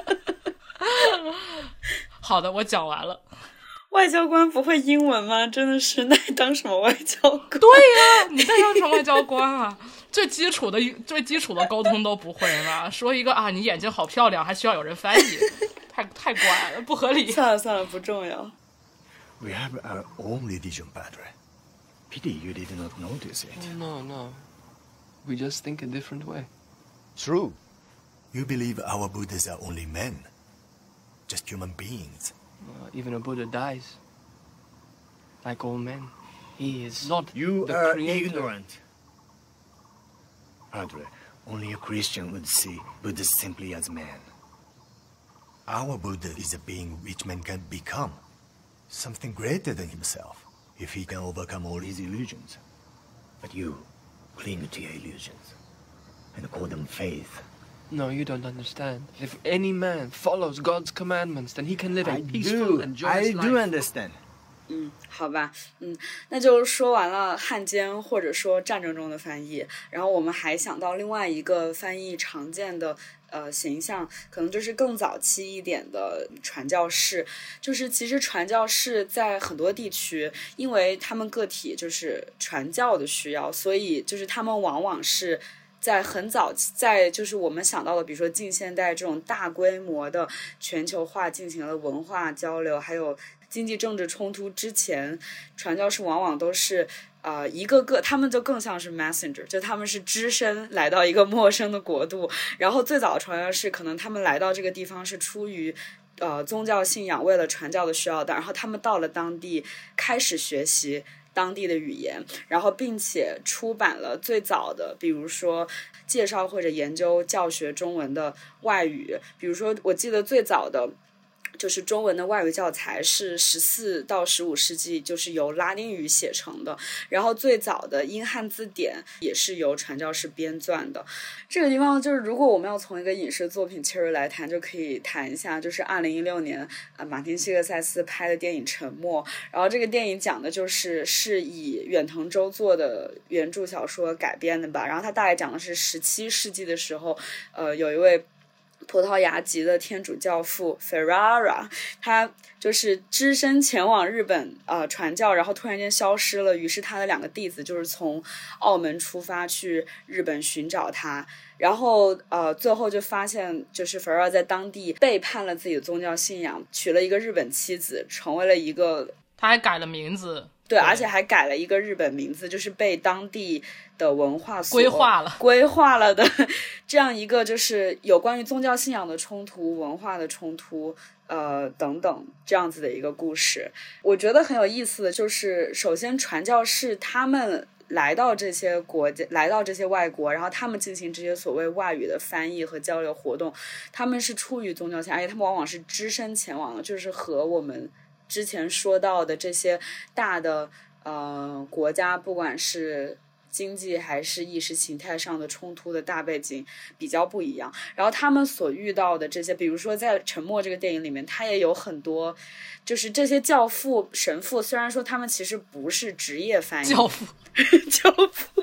好的，我讲完了。 外交官不会英文吗？真的是，那你当什么外交官？ 对呀、啊，你在当什么外交官啊？最基础的最基础的沟通都不会吗？说一个啊，你眼睛好漂亮，还需要有人翻译，太太怪了，不合理。 算了算了，不重要。 We have our own religion, Padre. Pity you did not notice it. Oh, no, no. We just think a different way. True. You believe our Buddhas are only men, just human beings. Uh, even a Buddha dies. Like all men. He is not You the are creator. ignorant. Padre, only a Christian would see Buddha simply as man. Our Buddha is a being which man can become. Something greater than himself, if he can overcome all his illusions. But you cling to your illusions and call them faith. No, you don't understand. If any man follows God's commandments, then he can live a I peaceful do. and I joyous do life. understand. 嗯，好吧，嗯，那就说完了汉奸或者说战争中的翻译，然后我们还想到另外一个翻译常见的呃形象，可能就是更早期一点的传教士。就是其实传教士在很多地区，因为他们个体就是传教的需要，所以就是他们往往是在很早期，在就是我们想到的比如说近现代这种大规模的全球化进行了文化交流还有经济政治冲突之前，传教士往往都是呃一个个，他们就更像是 messenger， 就他们是只身来到一个陌生的国度，然后最早的传教士可能他们来到这个地方是出于呃宗教信仰，为了传教的需要的，然后他们到了当地开始学习当地的语言，然后并且出版了最早的比如说介绍或者研究教学中文的外语，比如说我记得最早的就是中文的外语教材是十四到十五世纪就是由拉丁语写成的，然后最早的英汉字典也是由传教士编撰的。这个地方就是如果我们要从一个影视作品切入来谈，就可以谈一下就是二零一六年啊马丁希克塞斯拍的电影《沉默》，然后这个电影讲的就是是以远藤周作的原著小说改编的吧，然后它大概讲的是十七世纪的时候，呃有一位葡萄牙籍的天主教父 Ferrara， 他就是只身前往日本呃传教，然后突然间消失了，于是他的两个弟子就是从澳门出发去日本寻找他，然后呃最后就发现就是 Ferrara 在当地背叛了自己的宗教信仰，娶了一个日本妻子，成为了一个， 他还改了名字， 对，而且还改了一个日本名字，就是被当地的文化所规划了规划了的这样一个就是有关于宗教信仰的冲突、文化的冲突呃等等这样子的一个故事。我觉得很有意思的就是首先传教士他们来到这些国家，来到这些外国，然后他们进行这些所谓外语的翻译和交流活动，他们是出于宗教信仰，而且他们往往是只身前往的，就是和我们之前说到的这些大的呃国家，不管是经济还是意识形态上的冲突的大背景比较不一样，然后他们所遇到的这些，比如说在《沉默》这个电影里面，它也有很多就是这些教父神父，虽然说他们其实不是职业翻译教父教父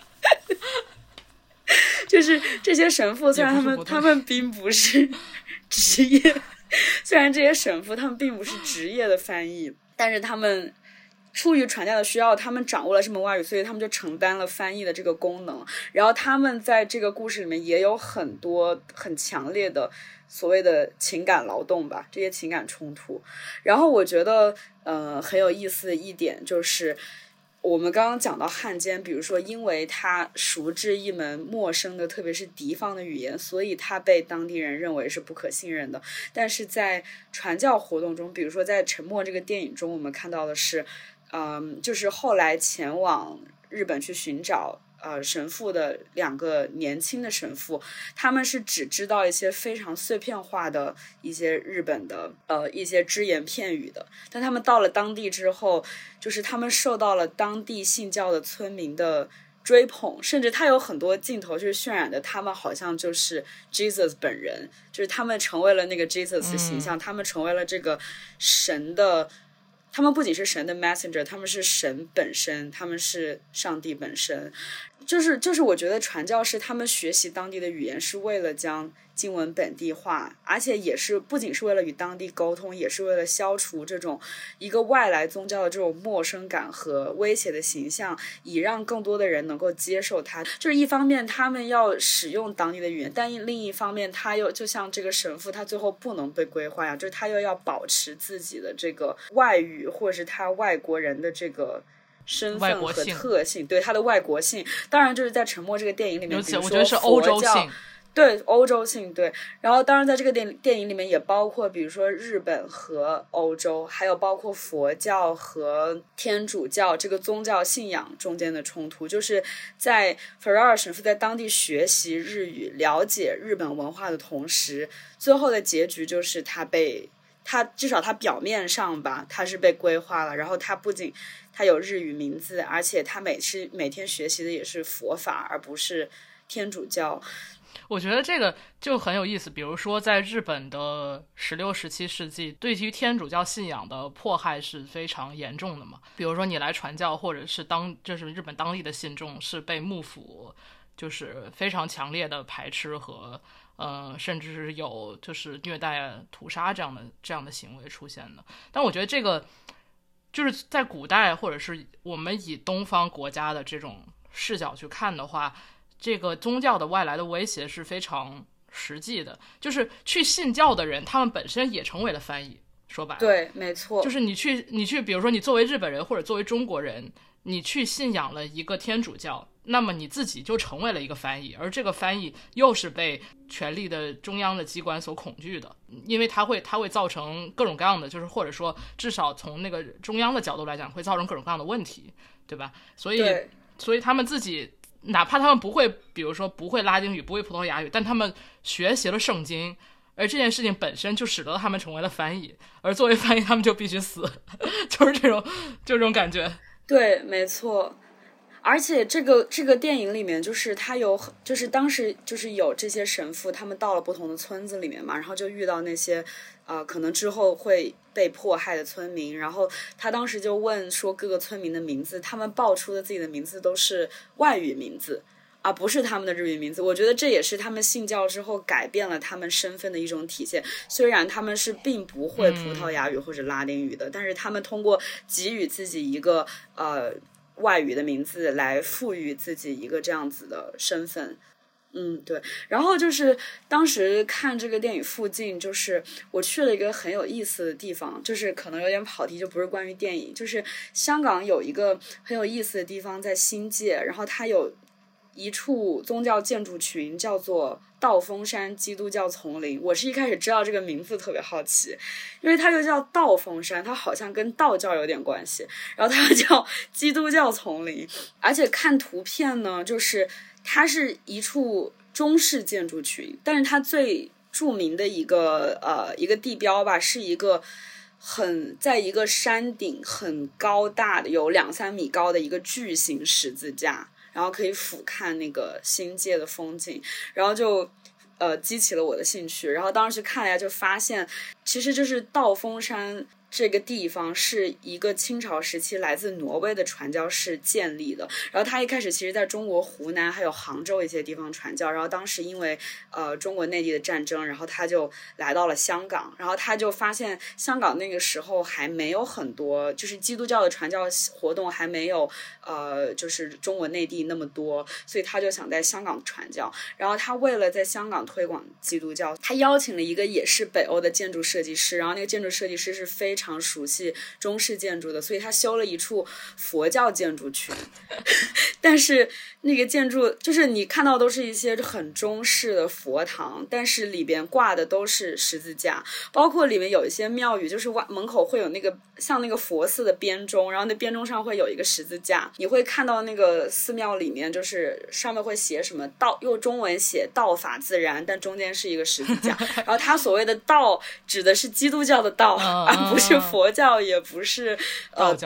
就是这些神父虽然他们他们并不是职业虽然这些神父他们并不是职业的翻译，但是他们出于传教的需要，他们掌握了这门外语，所以他们就承担了翻译的这个功能。然后他们在这个故事里面也有很多很强烈的所谓的情感劳动吧，这些情感冲突。然后我觉得呃很有意思的一点就是我们刚刚讲到汉奸，比如说因为他熟知一门陌生的特别是敌方的语言，所以他被当地人认为是不可信任的。但是在传教活动中，比如说在《沉默》这个电影中，我们看到的是嗯，就是后来前往日本去寻找呃神父的两个年轻的神父，他们是只知道一些非常碎片化的一些日本的呃一些只言片语的，但他们到了当地之后，就是他们受到了当地信教的村民的追捧，甚至他有很多镜头就是渲染的他们好像就是 Jesus 本人，就是他们成为了那个 Jesus 的形象、嗯、他们成为了这个神的，他们不仅是神的 messenger， 他们是神本身，他们是上帝本身。就是就是我觉得传教士他们学习当地的语言是为了将经文本地化，而且也是不仅是为了与当地沟通，也是为了消除这种一个外来宗教的这种陌生感和威胁的形象，以让更多的人能够接受它。就是一方面他们要使用当地的语言，但另一方面他又就像这个神父他最后不能被归化呀，就是他又要保持自己的这个外语或者是他外国人的这个身份和特性，对他的外国性。当然就是在沉默这个电影里面， 尤其我觉得是欧洲性， 对欧洲性，对。然后当然在这个电电影里面也包括比如说日本和欧洲，还有包括佛教和天主教这个宗教信仰中间的冲突，就是在 Ferrara 神父在当地学习日语了解日本文化的同时，最后的结局就是他被他至少他表面上吧他是被规划了，然后他不仅他有日语名字，而且他每次每天学习的也是佛法而不是天主教。 我觉得这个就很有意思，比如说在日本的十六、十七世纪，对于天主教信仰的迫害是非常严重的嘛。比如说你来传教，或者是当就是日本当地的信众是被幕府就是非常强烈的排斥和呃，甚至是有就是虐待、屠杀这样的这样的行为出现的。但我觉得这个就是在古代，或者是我们以东方国家的这种视角去看的话，这个宗教的外来的威胁是非常实际的。就是去信教的人，他们本身也成为了翻译。说白了， 对，没错。 就是你去，你去，比如说你作为日本人或者作为中国人，你去信仰了一个天主教。那么你自己就成为了一个翻译，而这个翻译又是被权力的中央的机关所恐惧的，因为它会它会造成各种各样的，就是或者说至少从那个中央的角度来讲，会造成各种各样的问题，对吧？所以所以他们自己哪怕他们不会，比如说不会拉丁语，不会葡萄牙语，但他们学习了圣经，而这件事情本身就使得他们成为了翻译，而作为翻译他们就必须死，就是这种就这种感觉。 对，没错。而且这个这个电影里面，就是他有，就是当时就是有这些神父，他们到了不同的村子里面嘛，然后就遇到那些呃可能之后会被迫害的村民，然后他当时就问说各个村民的名字，他们报出的自己的名字都是外语名字，而不是他们的日语名字。我觉得这也是他们信教之后改变了他们身份的一种体现。虽然他们是并不会葡萄牙语或者拉丁语的，嗯、但是他们通过给予自己一个呃。外语的名字来赋予自己一个这样子的身份。嗯，对。然后就是当时看这个电影附近，就是我去了一个很有意思的地方，就是可能有点跑题，就不是关于电影，就是香港有一个很有意思的地方在新界，然后它有一处宗教建筑群叫做道风山基督教丛林。我是一开始知道这个名字特别好奇，因为它就叫道风山，它好像跟道教有点关系，然后它叫基督教丛林。而且看图片呢，就是它是一处中式建筑群，但是它最著名的一个呃一个地标吧，是一个很在一个山顶很高大的有两三米高的一个巨型十字架，然后可以俯瞰那个新界的风景，然后就呃激起了我的兴趣。然后当时看了一下，就发现其实就是道风山这个地方是一个清朝时期来自挪威的传教士建立的，然后他一开始其实在中国湖南还有杭州一些地方传教，然后当时因为呃中国内地的战争，然后他就来到了香港，然后他就发现香港那个时候还没有很多，就是基督教的传教活动还没有呃就是中国内地那么多，所以他就想在香港传教。然后他为了在香港推广基督教，他邀请了一个也是北欧的建筑设计师，然后那个建筑设计师是非常非常熟悉中式建筑的，所以他修了一处佛教建筑群但是那个建筑就是你看到都是一些很中式的佛堂，但是里边挂的都是十字架，包括里面有一些庙宇，就是门口会有那个像那个佛寺的编钟，然后那编钟上会有一个十字架，你会看到那个寺庙里面就是上面会写什么道，用中文写道法自然，但中间是一个十字架然后他所谓的道指的是基督教的道而不是佛教，也不是道教、呃、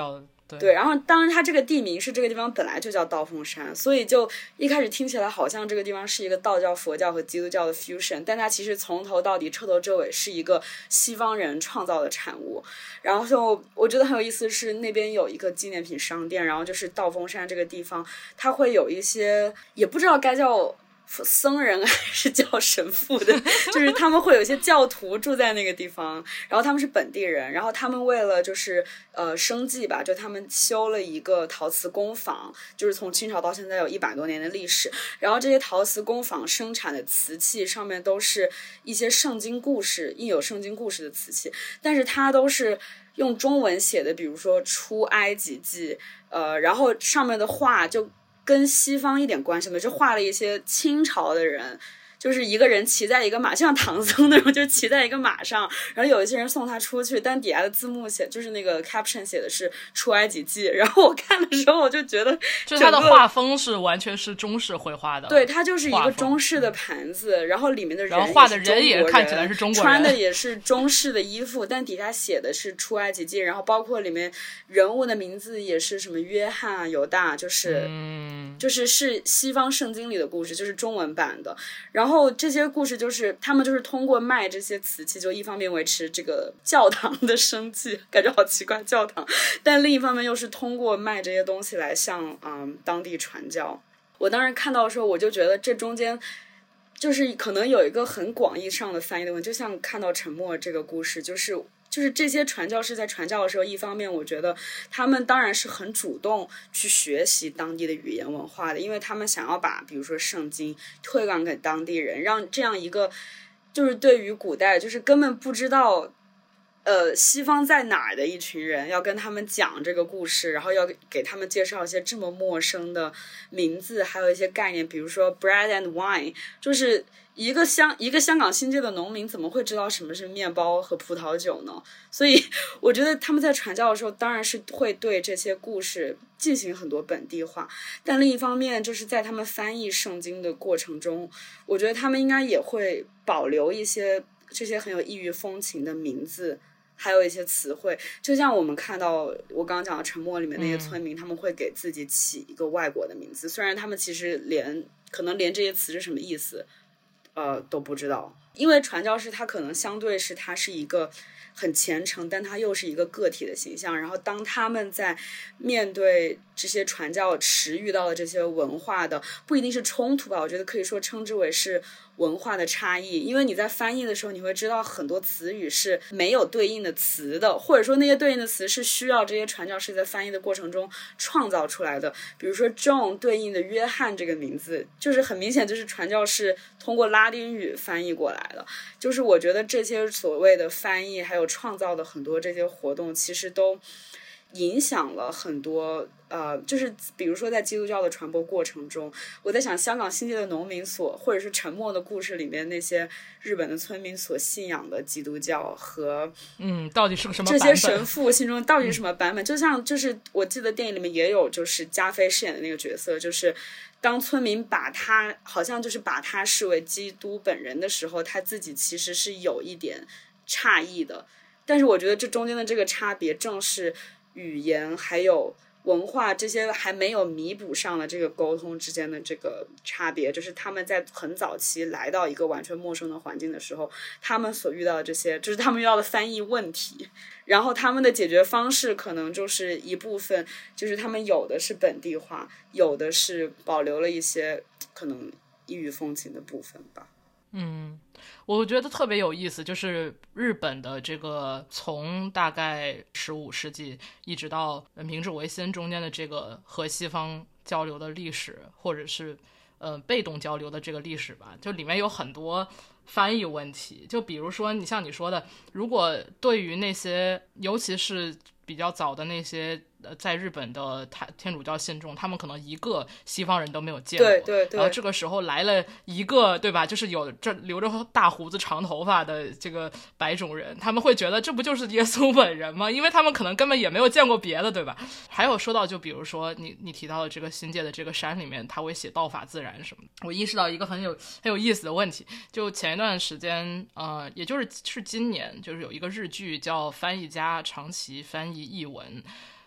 对, 对，然后当然它这个地名是这个地方本来就叫道风山，所以就一开始听起来好像这个地方是一个道教、佛教和基督教的 fusion， 但它其实从头到底彻头彻尾是一个西方人创造的产物。然后就我觉得很有意思是那边有一个纪念品商店，然后就是道风山这个地方它会有一些也不知道该叫僧人还是叫神父的，就是他们会有一些教徒住在那个地方，然后他们是本地人，然后他们为了就是呃生计吧，就他们修了一个陶瓷工坊，就是从清朝到现在有一百多年的历史，然后这些陶瓷工坊生产的瓷器上面都是一些圣经故事，印有圣经故事的瓷器，但是它都是用中文写的，比如说出埃及记，呃，然后上面的画就跟西方一点关系没有，就画了一些清朝的人，就是一个人骑在一个马，就像唐僧那种，就骑在一个马上，然后有一些人送他出去，但底下的字幕写就是那个 caption 写的是出埃及记，然后我看的时候我就觉得就他的画风是完全是中式绘画的， 对，它就是一个中式的盘子，然后里面的人然后画的人也看起来是中国人， 穿的也是中式的衣服，但底下写的是出埃及记，然后包括里面人物的名字也是什么约翰啊、犹大，就是嗯， 就是是西方圣经里的故事，就是中文版的。然后这些故事就是他们就是通过卖这些瓷器，就一方面维持这个教堂的生计，感觉好奇怪教堂，但另一方面又是通过卖这些东西来向嗯当地传教。我当时看到的时候，我就觉得这中间就是可能有一个很广义上的翻译的问题，就像看到沉默这个故事，就是就是这些传教士在传教的时候，一方面我觉得他们当然是很主动去学习当地的语言文化的，因为他们想要把比如说圣经推广给当地人，让这样一个就是对于古代就是根本不知道呃，西方在哪儿的一群人要跟他们讲这个故事，然后要给他们介绍一些这么陌生的名字，还有一些概念，比如说 bread and wine， 就是一个香一个香港新界的农民怎么会知道什么是面包和葡萄酒呢？所以我觉得他们在传教的时候当然是会对这些故事进行很多本地化，但另一方面就是在他们翻译圣经的过程中，我觉得他们应该也会保留一些这些很有异域风情的名字，还有一些词汇，就像我们看到我刚刚讲的沉默里面那些村民、嗯、他们会给自己起一个外国的名字，虽然他们其实连可能连这些词是什么意思呃都不知道，因为传教士他可能相对是他是一个很虔诚，但他又是一个个体的形象，然后当他们在面对这些传教时遇到的这些文化的不一定是冲突吧，我觉得可以说称之为是文化的差异，因为你在翻译的时候你会知道很多词语是没有对应的词的，或者说那些对应的词是需要这些传教士在翻译的过程中创造出来的，比如说 John 对应的约翰这个名字就是很明显就是传教士通过拉丁语翻译过来的，就是我觉得这些所谓的翻译还有创造的很多这些活动其实都影响了很多呃，就是比如说在基督教的传播过程中，我在想香港新界的农民所或者是沉默的故事里面那些日本的村民所信仰的基督教和嗯，到底是个什么版本， 这些神父心中到底是什么版本、嗯、就像就是我记得电影里面也有就是加菲饰演的那个角色，就是当村民把他好像就是把他视为基督本人的时候，他自己其实是有一点诧异的，但是我觉得这中间的这个差别正是语言还有文化这些还没有弥补上的这个沟通之间的这个差别，就是他们在很早期来到一个完全陌生的环境的时候，他们所遇到的这些就是他们遇到的翻译问题，然后他们的解决方式可能就是一部分就是他们有的是本地化，有的是保留了一些可能异域风情的部分吧。 嗯，我觉得特别有意思，就是日本的这个从大概十五世纪一直到明治维新中间的这个和西方交流的历史，或者是呃被动交流的这个历史吧，就里面有很多翻译问题，就比如说你像你说的，如果对于那些尤其是比较早的那些在日本的天主教信众，他们可能一个西方人都没有见过， 对对对， 然后这个时候来了一个，对吧，就是有这留着大胡子长头发的这个白种人，他们会觉得这不就是耶稣本人吗？因为他们可能根本也没有见过别的，对吧？还有说到就比如说你你提到的这个新界的这个山里面，他会写道法自然什么的，我意识到一个很有很有意思的问题，就前一段时间呃，也就是是今年，就是有一个日剧叫翻译家长崎翻译译文，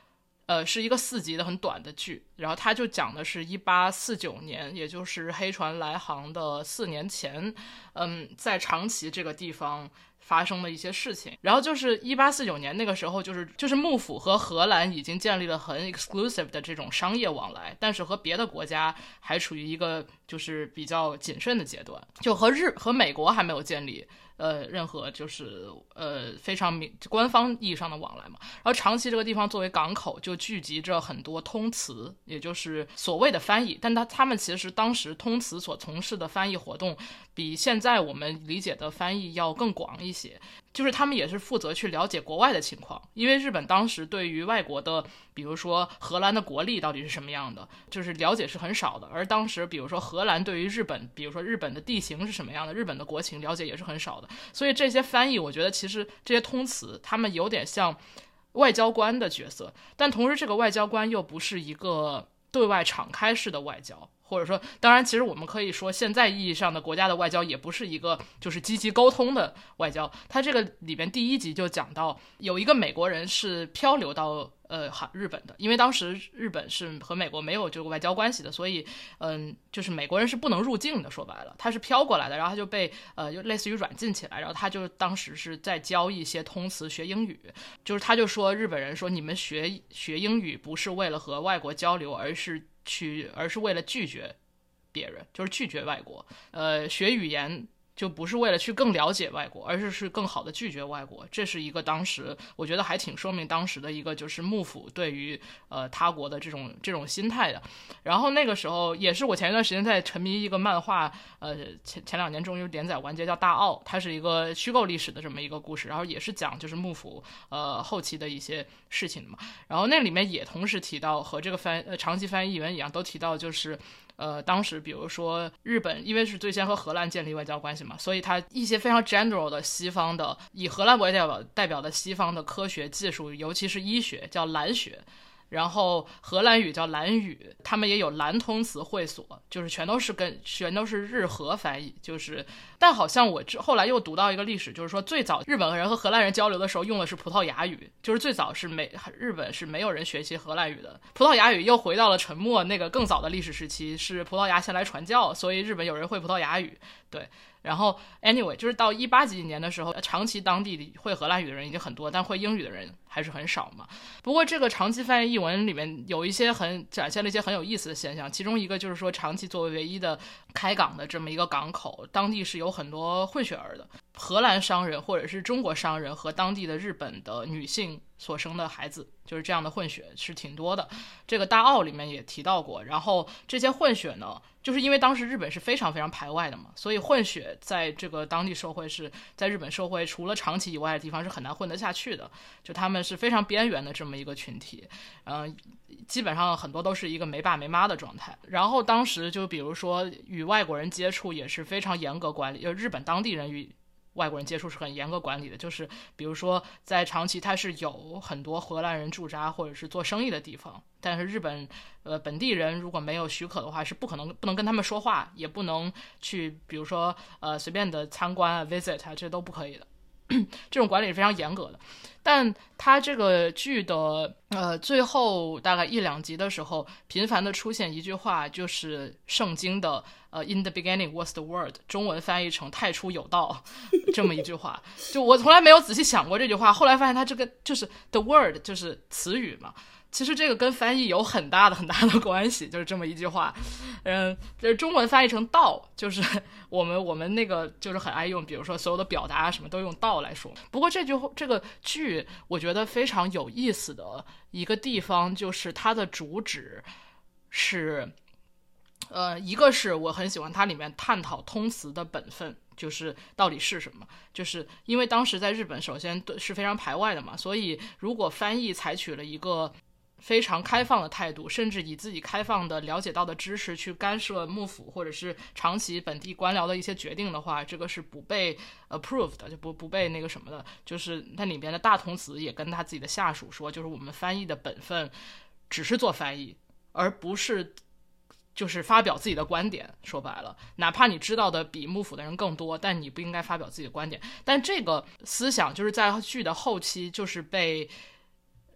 呃，是一个四集的很短的剧，然后它就讲的是一八四九年，也就是黑船来航的四年前，嗯，在长崎这个地方发生的一些事情。然后就是一八四九年那个时候，就是就是幕府和荷兰已经建立了很 exclusive 的这种商业往来，但是和别的国家还处于一个就是比较谨慎的阶段，就和日和美国还没有建立呃，任何就是呃非常明官方意义上的往来嘛。然后长崎这个地方作为港口，就聚集着很多通词，也就是所谓的翻译，但他他们其实当时通词所从事的翻译活动，比现在我们理解的翻译要更广一些。就是他们也是负责去了解国外的情况，因为日本当时对于外国的，比如说荷兰的国力到底是什么样的，就是了解是很少的。而当时比如说荷兰对于日本，比如说日本的地形是什么样的，日本的国情了解也是很少的。所以这些翻译，我觉得其实这些通词他们有点像外交官的角色，但同时这个外交官又不是一个对外敞开式的外交，或者说当然其实我们可以说现在意义上的国家的外交也不是一个就是积极沟通的外交。它这个里面第一集就讲到有一个美国人是漂流到呃日本的，因为当时日本是和美国没有这个外交关系的，所以嗯就是美国人是不能入境的，说白了他是飘过来的，然后他就被呃就类似于软禁起来，然后他就当时是在教一些通词学英语，就是他就说日本人说你们学学英语不是为了和外国交流，而是去而是为了拒绝别人，就是拒绝外国。呃，学语言就不是为了去更了解外国，而是是更好的拒绝外国。这是一个当时我觉得还挺说明当时的一个就是幕府对于呃他国的这种这种心态的。然后那个时候也是我前一段时间在沉迷一个漫画，呃前前两年终于连载完结，叫《大奥》，它是一个虚构历史的这么一个故事，然后也是讲就是幕府呃后期的一些事情的嘛。然后那里面也同时提到和这个翻呃长期翻译员一样，都提到就是呃，当时比如说日本，因为是最先和荷兰建立外交关系嘛，所以它一些非常 general 的西方的，以荷兰为代表代表的西方的科学技术，尤其是医学，叫蓝学。然后荷兰语叫兰语，他们也有兰通词会所，就是全都是跟全都是日荷翻译，就是但好像我后来又读到一个历史，就是说最早日本人和荷兰人交流的时候用的是葡萄牙语，就是最早是没日本是没有人学习荷兰语的，葡萄牙语又回到了沉默那个更早的历史时期，是葡萄牙先来传教，所以日本有人会葡萄牙语，对。然后 anyway 就是到一八几年的时候，长崎当地会荷兰语的人已经很多，但会英语的人还是很少嘛。不过这个长崎翻译译文里面有一些很展现了一些很有意思的现象，其中一个就是说长崎作为唯一的开港的这么一个港口，当地是有很多混血儿的，荷兰商人或者是中国商人和当地的日本的女性所生的孩子，就是这样的混血是挺多的。这个大奥里面也提到过，然后这些混血呢，就是因为当时日本是非常非常排外的嘛，所以混血在这个当地社会是在日本社会除了长崎以外的地方是很难混得下去的，就他们是非常边缘的这么一个群体，嗯、呃，基本上很多都是一个没爸没妈的状态。然后当时就比如说与外国人接触也是非常严格管理，就日本当地人与外国人接触是很严格管理的，就是比如说在长崎它是有很多荷兰人驻扎或者是做生意的地方，但是日本呃本地人如果没有许可的话是不可能不能跟他们说话，也不能去比如说呃随便的参观啊 visit 啊，这都不可以的这种管理是非常严格的。但它这个剧的呃最后大概一两集的时候，频繁的出现一句话，就是圣经的呃 In the beginning was the word， 中文翻译成太初有道这么一句话。就我从来没有仔细想过这句话，后来发现它这个就是 the word 就是词语嘛，其实这个跟翻译有很大的很大的关系，就是这么一句话。嗯，就是中文翻译成道，就是我们我们那个就是很爱用，比如说所有的表达什么都用道来说。不过这句这个剧我觉得非常有意思的一个地方，就是它的主旨是呃，一个是我很喜欢它里面探讨通词的本分，就是到底是什么，就是因为当时在日本首先是非常排外的嘛，所以如果翻译采取了一个非常开放的态度，甚至以自己开放的了解到的知识去干涉幕府或者是长崎本地官僚的一些决定的话，这个是不被 approved 的，就不不被那个什么的。就是它里边的大童子也跟他自己的下属说，就是我们翻译的本分只是做翻译，而不是就是发表自己的观点。说白了，哪怕你知道的比幕府的人更多，但你不应该发表自己的观点。但这个思想就是在剧的后期就是被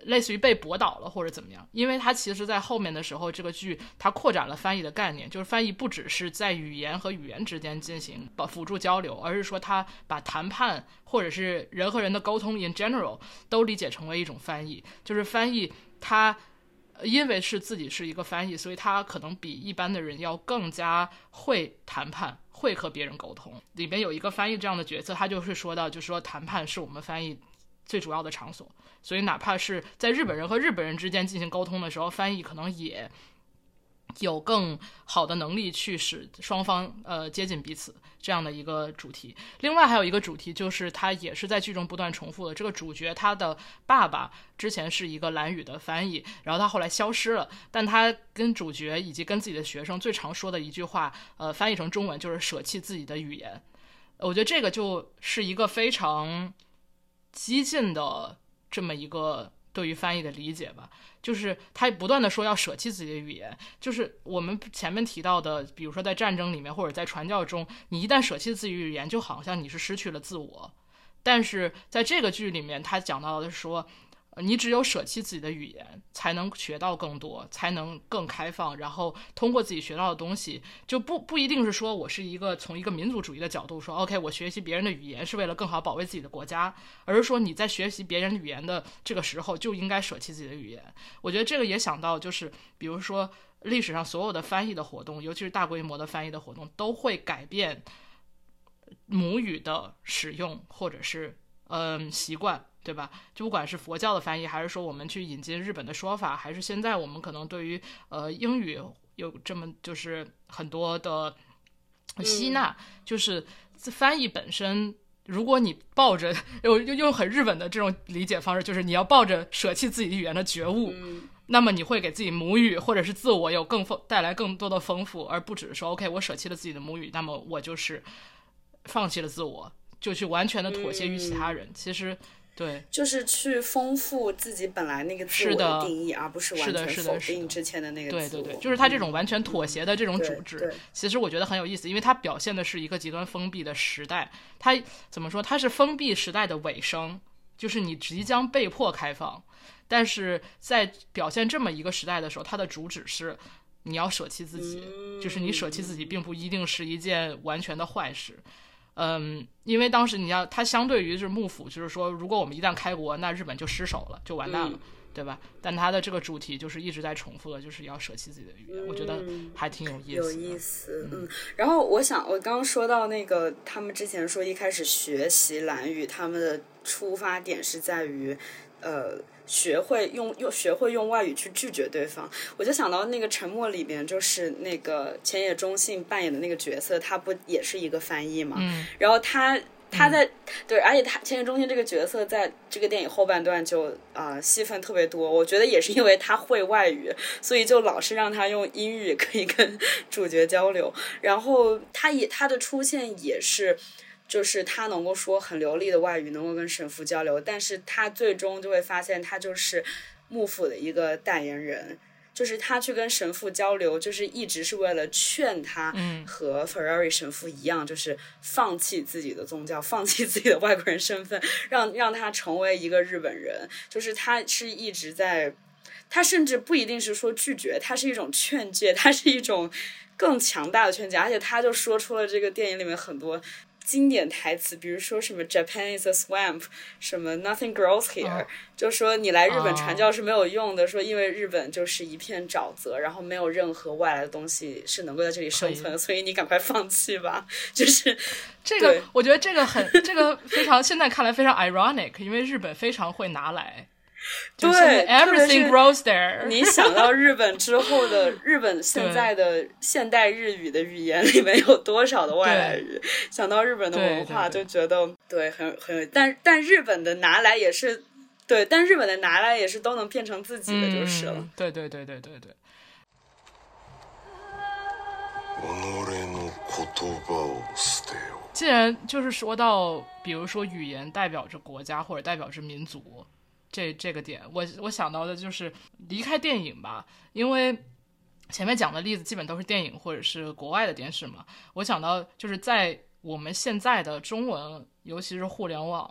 类似于被驳倒了或者怎么样，因为它其实在后面的时候，这个剧它扩展了翻译的概念，就是翻译不只是在语言和语言之间进行辅助交流，而是说它把谈判或者是人和人的沟通 in general 都理解成为一种翻译。就是翻译它因为是自己是一个翻译，所以他可能比一般的人要更加会谈判，会和别人沟通。里边有一个翻译这样的角色，他就是说到，就是说谈判是我们翻译最主要的场所，所以哪怕是在日本人和日本人之间进行沟通的时候，翻译可能也有更好的能力去使双方呃接近彼此，这样的一个主题。另外还有一个主题，就是他也是在剧中不断重复的，这个主角他的爸爸之前是一个兰语的翻译，然后他后来消失了，但他跟主角以及跟自己的学生最常说的一句话，呃，翻译成中文就是舍弃自己的语言。我觉得这个就是一个非常激进的这么一个对于翻译的理解吧，就是他不断的说要舍弃自己的语言，就是我们前面提到的，比如说在战争里面或者在传教中，你一旦舍弃自己的语言，就好像你是失去了自我。但是在这个剧里面，他讲到的是说，你只有舍弃自己的语言，才能学到更多，才能更开放，然后通过自己学到的东西，就不不一定是说我是一个从一个民族主义的角度说 OK 我学习别人的语言是为了更好保卫自己的国家，而是说你在学习别人语言的这个时候就应该舍弃自己的语言。我觉得这个也想到，就是比如说历史上所有的翻译的活动，尤其是大规模的翻译的活动，都会改变母语的使用或者是嗯习惯，对吧？就不管是佛教的翻译，还是说我们去引进日本的说法，还是现在我们可能对于呃英语有这么就是很多的吸纳，嗯、就是翻译本身，如果你抱着用用很日本的这种理解方式，就是你要抱着舍弃自己语言的觉悟。嗯，那么你会给自己母语或者是自我有更丰带来更多的丰富，而不只是说 OK 我舍弃了自己的母语，那么我就是放弃了自我，就去完全的妥协于其他人。嗯、其实对， 就是去丰富自己本来那个自我的定义，而不是完全否定之前的那个自我。 对对对，就是他这种完全妥协的这种主旨，嗯、其实我觉得很有意思，因为它表现的是一个极端封闭的时代。它怎么说？它是封闭时代的尾声，就是你即将被迫开放。但是在表现这么一个时代的时候，它的主旨是你要舍弃自己，嗯、就是你舍弃自己并不一定是一件完全的坏事。嗯，因为当时你要它相对于是幕府，就是说如果我们一旦开国，那日本就失守了，就完蛋了，嗯、对吧？但它的这个主题就是一直在重复的，就是要舍弃自己的语言，嗯、我觉得还挺有意思的。 有意思，嗯。然后我想，我刚刚说到那个，他们之前说一开始学习兰语，他们的出发点是在于，呃。学会用用学会用外语去拒绝对方，我就想到那个《沉默》里边，就是那个千叶忠信扮演的那个角色，他不也是一个翻译嘛？嗯，然后他他在、嗯、对，而且他千叶忠信这个角色在这个电影后半段就啊、呃、戏份特别多，我觉得也是因为他会外语，所以就老是让他用英语可以跟主角交流，然后他也他的出现也是。就是他能够说很流利的外语，能够跟神父交流，但是他最终就会发现他就是幕府的一个代言人，就是他去跟神父交流，就是一直是为了劝他和 Ferrari 神父一样，就是放弃自己的宗教，放弃自己的外国人身份，让让他成为一个日本人。就是他是一直在，他甚至不一定是说拒绝，他是一种劝诫，他是一种更强大的劝诫，而且他就说出了这个电影里面很多经典台词，比如说什么 Japan is a swamp， 什么 Nothing grows here，、oh. 就说你来日本传教是没有用的， oh. 说因为日本就是一片沼泽，然后没有任何外来的东西是能够在这里生存，所以你赶快放弃吧。就是这个，我觉得这个很，这个非常，现在看来非常 ironic， 因为日本非常会拿来。 对 ，everything grows there。 你想到日本之后的日本现在的现代日语的语言里面有多少的外来语？想到日本的文化，就觉得 对, 对, 对, 对很很有，但但日本的拿来也是对，但日本的拿来也是都能变成自己的就是了。 嗯、对对对对对对。既然就是说到，比如说语言代表着国家或者代表着民族。这这个点，我我想到的就是离开电影吧，因为前面讲的例子基本都是电影或者是国外的电视嘛。我想到就是在我们现在的中文，尤其是互联网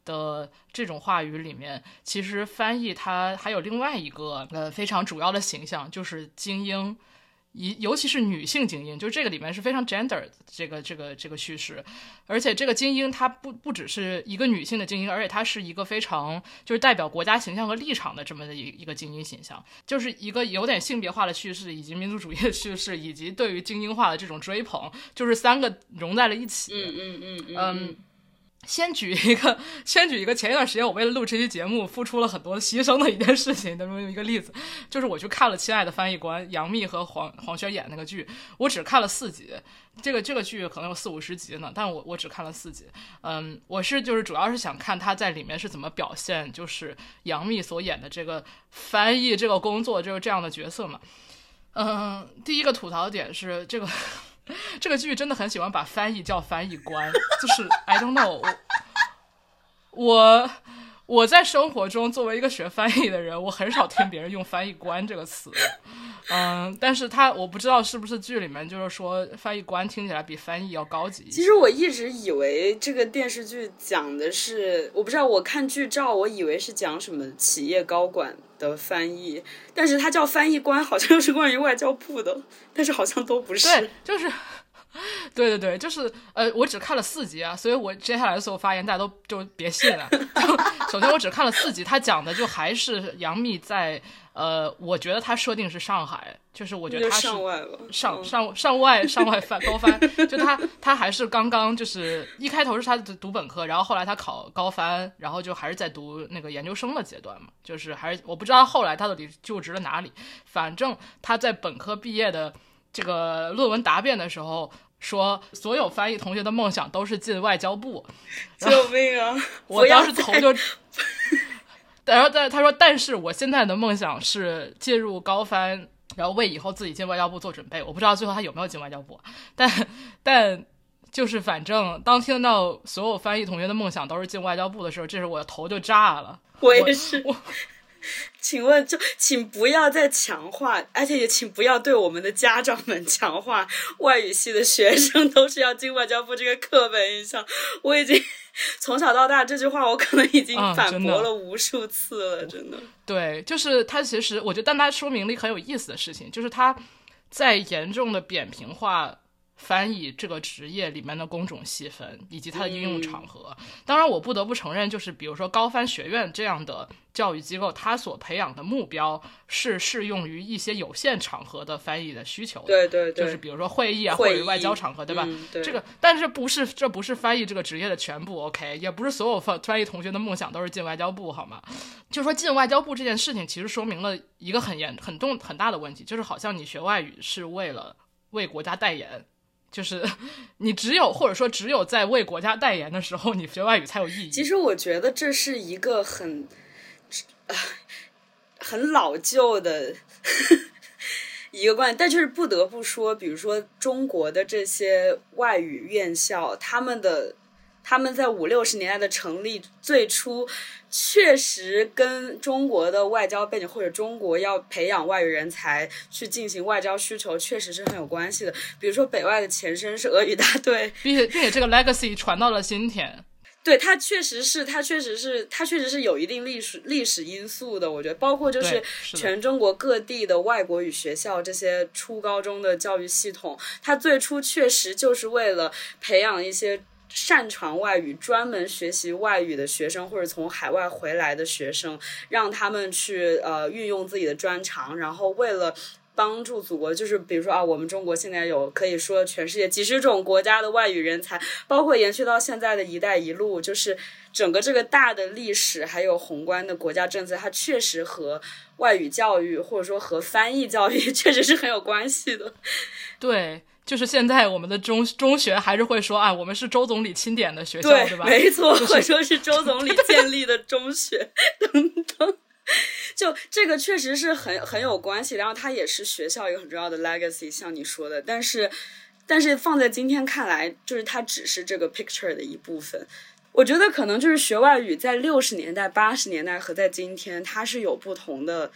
的这种话语里面，其实翻译它还有另外一个呃非常主要的形象，就是精英，尤其是女性精英，就这个里面是非常 gender 这个这个这个叙事，而且这个精英它不不只是一个女性的精英，而且它是一个非常就是代表国家形象和立场的这么的一一个精英形象，就是一个有点性别化的叙事，以及民族主义的叙事，以及对于精英化的这种追捧，就是三个融在了一起。 嗯嗯嗯嗯。 嗯先举一个，先举一个前一段时间我为了录这期节目付出了很多牺牲的一件事情的这么一个例子，就是我去看了《亲爱的翻译官》，杨幂和黄黄轩演那个剧，我只看了四集，这个这个剧可能有四五十集呢，但我我只看了四集。嗯，我是就是主要是想看他在里面是怎么表现，就是杨幂所演的这个翻译这个工作，就是这样的角色嘛。嗯，第一个吐槽点是这个。这个剧真的很喜欢把翻译叫翻译官，就是 I don't know 我我我在生活中作为一个学翻译的人，我很少听别人用翻译官这个词，嗯，但是他我不知道是不是剧里面就是说翻译官听起来比翻译要高级一些。 其实我一直以为这个电视剧讲的是，我不知道，我看剧照我以为是讲什么企业高管的翻译，但是他叫翻译官好像是关于外交部的，但是好像都不是。 对，就是对对对，就是呃，我只看了四集啊，所以我接下来的所有发言大家都就别信了。首先我只看了四集，他讲的就还是杨幂在呃，我觉得他设定是上海，就是我觉得他是上外了， 上上上外上外翻高翻，就他他还是刚刚就是一开头是他读本科，然后后来他考高翻，然后就还是在读那个研究生的阶段嘛，就是还是我不知道后来他到底就职了哪里，反正他在本科毕业的这个论文答辩的时候说，所有翻译同学的梦想都是进外交部。 救命啊！ 我当时头就。然后他说，但是我现在的梦想是进入高翻，然后为以后自己进外交部做准备。我不知道最后他有没有进外交部，但但就是反正当听到所有翻译同学的梦想都是进外交部的时候，这时候我的头就炸了。 我也是。 我请问，就请不要再强化，而且也请不要对我们的家长们强化外语系的学生都是要进外交部这个刻板印象。我已经从小到大这句话我可能已经反驳了无数次了、嗯、真的, 真的对，就是他其实我觉得但他说明了一个很有意思的事情，就是他在严重的扁平化翻译这个职业里面的工种细分以及它的应用场合、嗯、当然我不得不承认，就是比如说高翻学院这样的教育机构，它所培养的目标是适用于一些有限场合的翻译的需求的， 对对对， 就是比如说会议啊或者外交场合，对吧、 嗯、对， 这个但是不是这不是翻译这个职业的全部 OK， 也不是所有翻译同学的梦想都是进外交部好吗？就是说进外交部这件事情其实说明了一个很严很重很大的问题，就是好像你学外语是为了为国家代言，就是你只有或者说只有在为国家代言的时候你学外语才有意义。 其实我觉得这是一个很、呃、很老旧的一个观点，但就是不得不说，比如说中国的这些外语院校，他们的他们在五六十年代的成立，最初确实跟中国的外交背景或者中国要培养外语人才去进行外交需求确实是很有关系的。比如说北外的前身是俄语大队， 并且并且这个 legacy 传到了今天。 对，它确实是它确实是它确实是有一定历史历史因素的，我觉得包括就是全中国各地的外国语学校这些初高中的教育系统，它最初确实就是为了培养一些擅长外语专门学习外语的学生或者从海外回来的学生，让他们去呃运用自己的专长，然后为了帮助祖国，就是比如说啊，我们中国现在有可以说全世界几十种国家的外语人才，包括延续到现在的一带一路，就是整个这个大的历史还有宏观的国家政策，它确实和外语教育或者说和翻译教育确实是很有关系的。 对，就是现在我们的中中学还是会说啊，我们是周总理钦点的学校， 对, 对吧？ 没错， 就是、 或者说是周总理建立的中学等等。就这个确实是很很有关系，然后它也是学校一个很重要的 legacy， 像你说的，但是但是放在今天看来，就是它只是这个 picture 的一部分。我觉得可能就是学外语在六十年代八十年代和在今天它是有不同的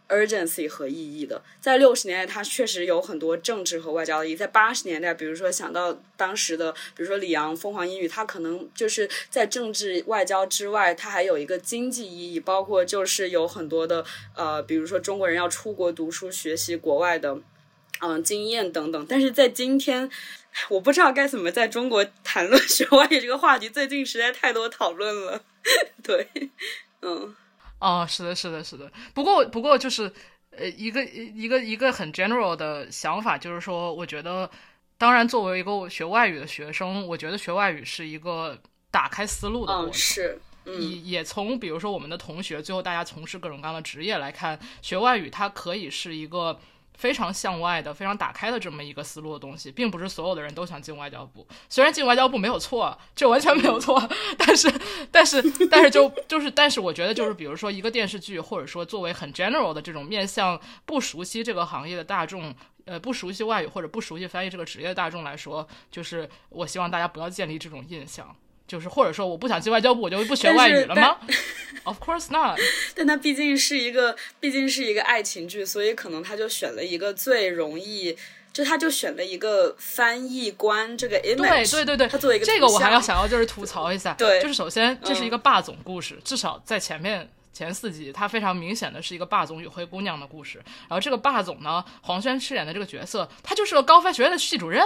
urgency 和意义的。在六十年代它确实有很多政治和外交的意义，在八十年代比如说想到当时的比如说里昂疯狂英语，它可能就是在政治外交之外它还有一个经济意义，包括就是有很多的呃，比如说中国人要出国读书学习国外的嗯经验等等。但是在今天我不知道该怎么在中国谈论学外语这个话题，最近实在太多讨论了。对，嗯哦，是的，是的，是的。不过，不过就是呃，一个一个一个很 general 的想法，就是说，我觉得，当然，作为一个学外语的学生，我觉得学外语是一个打开思路的过程。 嗯，是。 也也从比如说我们的同学，最后大家从事各种各样的职业来看，学外语它可以是一个非常向外的、非常打开的这么一个思路的东西，并不是所有的人都想进外交部。虽然进外交部没有错，这完全没有错，但是，但是，但是就就是，但是我觉得就是，比如说一个电视剧，或者说作为很 general 的这种面向不熟悉这个行业的大众，呃，不熟悉外语或者不熟悉翻译这个职业的大众来说，就是我希望大家不要建立这种印象。就是或者说我不想进外交部，我就不学外语了吗？ Of course not。 但它毕竟是一个毕竟是一个爱情剧，所以可能他就选了一个最容易，就他就选了一个翻译官这个 image。 对对对对， 他作为一个这个我还要想要就是吐槽一下。 对， 就是首先这是一个霸总故事、嗯、至少在前面前四集它非常明显的是一个霸总与灰姑娘的故事。然后这个霸总呢，黄轩饰演的这个角色，他就是个高翻学院的系主任。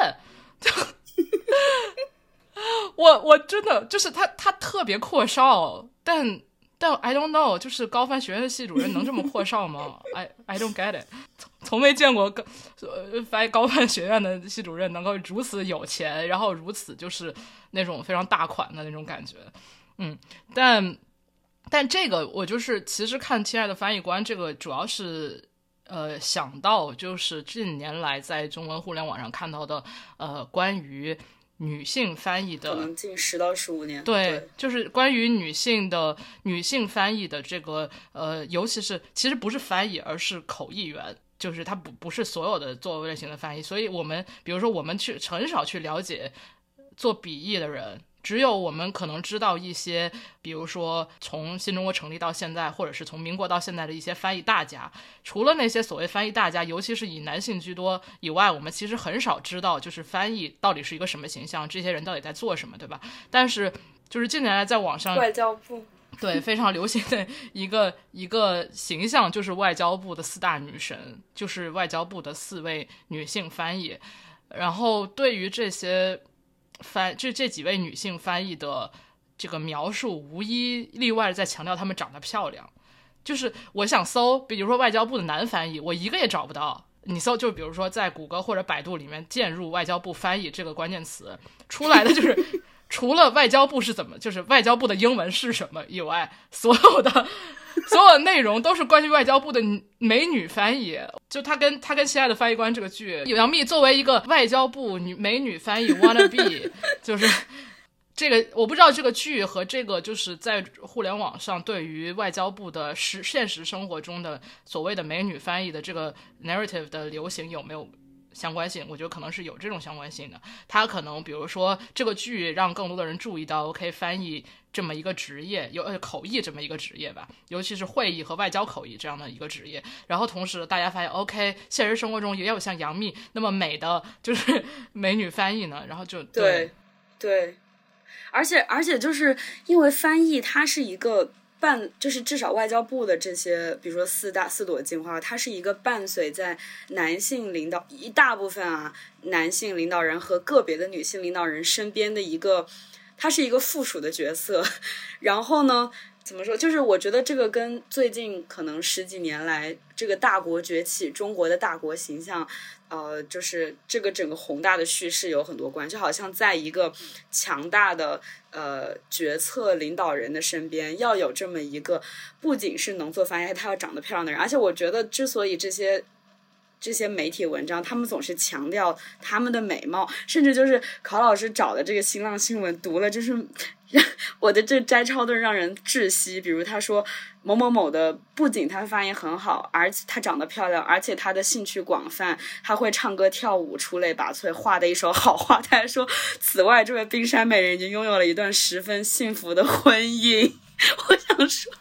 我我真的就是他他特别阔少，但但 I don't know， 就是高翻学院的系主任能这么阔少吗？ I I don't get it。 从没见过呃翻高翻学院的系主任能够如此有钱，然后如此就是那种非常大款的那种感觉。嗯，但但这个我就是其实看《亲爱的翻译官》这个主要是呃想到就是近年来在中文互联网上看到的呃关于女性翻译的， 可能近十到十五年。 对, 对， 就是关于女性的女性翻译的这个呃，尤其是其实不是翻译，而是口译员，就是它不不是所有的做类型的翻译。所以我们比如说我们去很少去了解做笔译的人，只有我们可能知道一些，比如说从新中国成立到现在，或者是从民国到现在的一些翻译大家。除了那些所谓翻译大家，尤其是以男性居多以外，我们其实很少知道就是翻译到底是一个什么形象，这些人到底在做什么，对吧？但是就是近年来在网上外交部对非常流行的一个一个形象，就是外交部的四大女神，就是外交部的四位女性翻译。然后对于这些翻这这几位女性翻译的这个描述，无一例外在强调她们长得漂亮。就是我想搜比如说外交部的男翻译，我一个也找不到。你搜就比如说在谷歌或者百度里面键入外交部翻译这个关键词，出来的就是除了外交部是怎么就是外交部的英文是什么以外，所有的所有的内容都是关于外交部的美女翻译。就他跟他跟亲爱的翻译官这个剧，杨幂作为一个外交部女美女翻译 wanna be 就是这个我不知道这个剧和这个就是在互联网上对于外交部的实现实生活中的所谓的美女翻译的这个 narrative 的流行有没有相关性。我觉得可能是有这种相关性的。它可能比如说这个剧让更多的人注意到 OK 翻译这么一个职业，有、呃、口译这么一个职业吧，尤其是会议和外交口译这样的一个职业。然后同时大家发现 OK 现实生活中也有像杨幂那么美的就是美女翻译呢，然后就对对，而且而且就是因为翻译它是一个伴，就是至少外交部的这些比如说四大四朵金花，它是一个伴随在男性领导一大部分啊男性领导人和个别的女性领导人身边的一个，它是一个附属的角色。然后呢怎么说，就是我觉得这个跟最近可能十几年来这个大国崛起，中国的大国形象呃，就是这个整个宏大的叙事有很多关，就好像在一个强大的呃决策领导人的身边要有这么一个不仅是能做翻译，他要长得漂亮的人。而且我觉得之所以这些这些媒体文章他们总是强调他们的美貌，甚至就是考老师找的这个新浪新闻读了就是我的这摘抄都让人窒息。比如他说某某某的不仅他发音很好，而且他长得漂亮，而且他的兴趣广泛，他会唱歌跳舞出类拔萃，画的一手好画。他还说此外这位冰山美人已经拥有了一段十分幸福的婚姻。我想说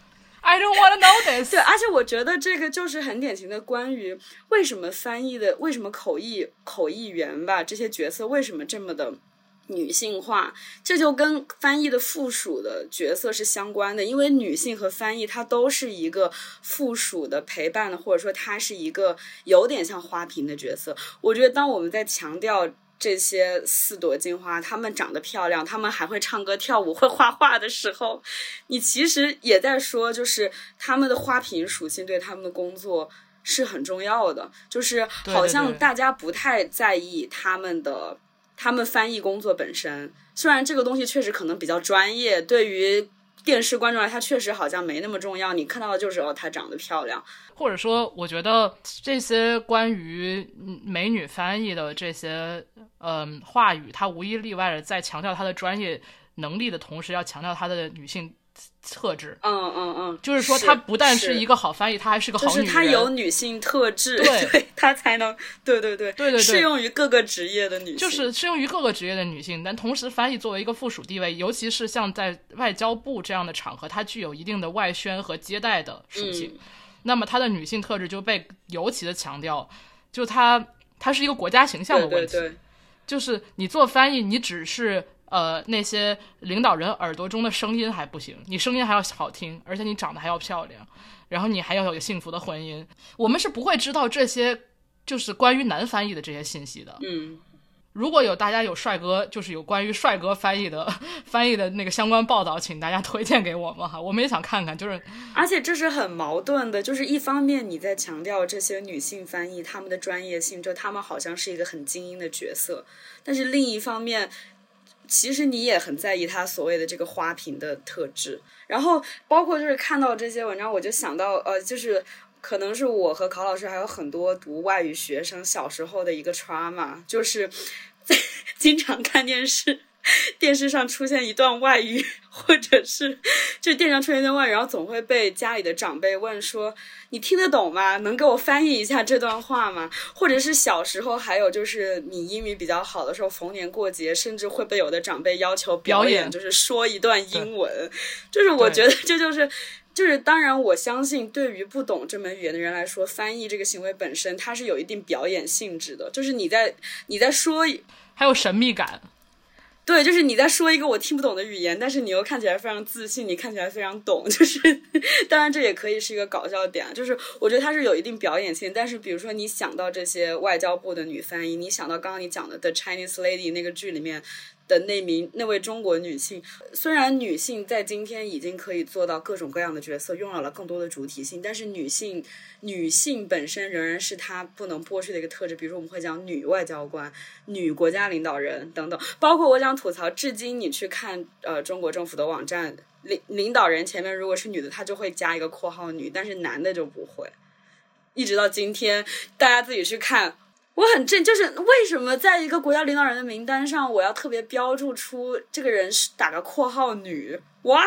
I don't want to know this 对，而且我觉得这个就是很典型的关于为什么翻译的为什么口译口译员吧这些角色为什么这么的女性化，这就跟翻译的附属的角色是相关的，因为女性和翻译它都是一个附属的陪伴的，或者说它是一个有点像花瓶的角色。我觉得当我们在强调这些四朵金花她们长得漂亮，她们还会唱歌跳舞会画画的时候，你其实也在说就是她们的花瓶属性对她们的工作是很重要的，就是好像大家不太在意她们的他们翻译工作本身，虽然这个东西确实可能比较专业，对于电视观众来它确实好像没那么重要，你看到的就是哦，她长得漂亮。 或者说我觉得这些关于美女翻译的这些嗯话语，它无一例外的在强调她的专业能力的同时要强调她的女性特质。 嗯嗯嗯， 就是说她不但是一个好翻译，她还是个好女人， 就是她有女性特质， 对， 对她才能对对对对对对适用于各个职业的女性， 就是适用于各个职业的女性。但同时翻译作为一个附属地位，尤其是像在外交部这样的场合，它具有一定的外宣和接待的属性、嗯、那么她的女性特质就被尤其的强调，就她她是一个国家形象的问题。 对对对， 就是你做翻译，你只是呃，那些领导人耳朵中的声音还不行，你声音还要好听，而且你长得还要漂亮，然后你还要有幸福的婚姻。我们是不会知道这些就是关于男翻译的这些信息的。 嗯， 如果有大家有帅哥，就是有关于帅哥翻译的翻译的那个相关报道，请大家推荐给我们哈，我们也想看看。就是而且这是很矛盾的，就是一方面你在强调这些女性翻译她们的专业性，就她们好像是一个很精英的角色，但是另一方面其实你也很在意他所谓的这个花瓶的特质。然后包括就是看到这些文章，我就想到呃，就是可能是我和考老师还有很多读外语学生小时候的一个 trauma， 就是在经常看电视电视上出现一段外语，或者是就电视上出现一段外语，然后总会被家里的长辈问说你听得懂吗？能给我翻译一下这段话吗？或者是小时候还有就是你英语比较好的时候，逢年过节甚至会被有的长辈要求表演， 表演就是说一段英文。就是我觉得这就是就是当然我相信对于不懂这门语言的人来说，翻译这个行为本身它是有一定表演性质的，就是你在你在说还有神秘感。 对，就是你在说一个我听不懂的语言，但是你又看起来非常自信，你看起来非常懂，就是当然这也可以是一个搞笑点，就是我觉得它是有一定表演性。但是比如说你想到这些外交部的女翻译，你想到刚刚你讲的 The Chinese Lady 那个剧里面的那名那位中国女性，虽然女性在今天已经可以做到各种各样的角色，拥有了更多的主体性，但是女性女性本身仍然是她不能剥去的一个特质。比如说我们会讲女外交官、女国家领导人等等，包括我想吐槽，至今你去看呃中国政府的网站，领领导人前面如果是女的，她就会加一个括号女，但是男的就不会。一直到今天，大家自己去看。我很震，就是为什么在一个国家领导人的名单上，我要特别标注出这个人是打个括号女 ？Why？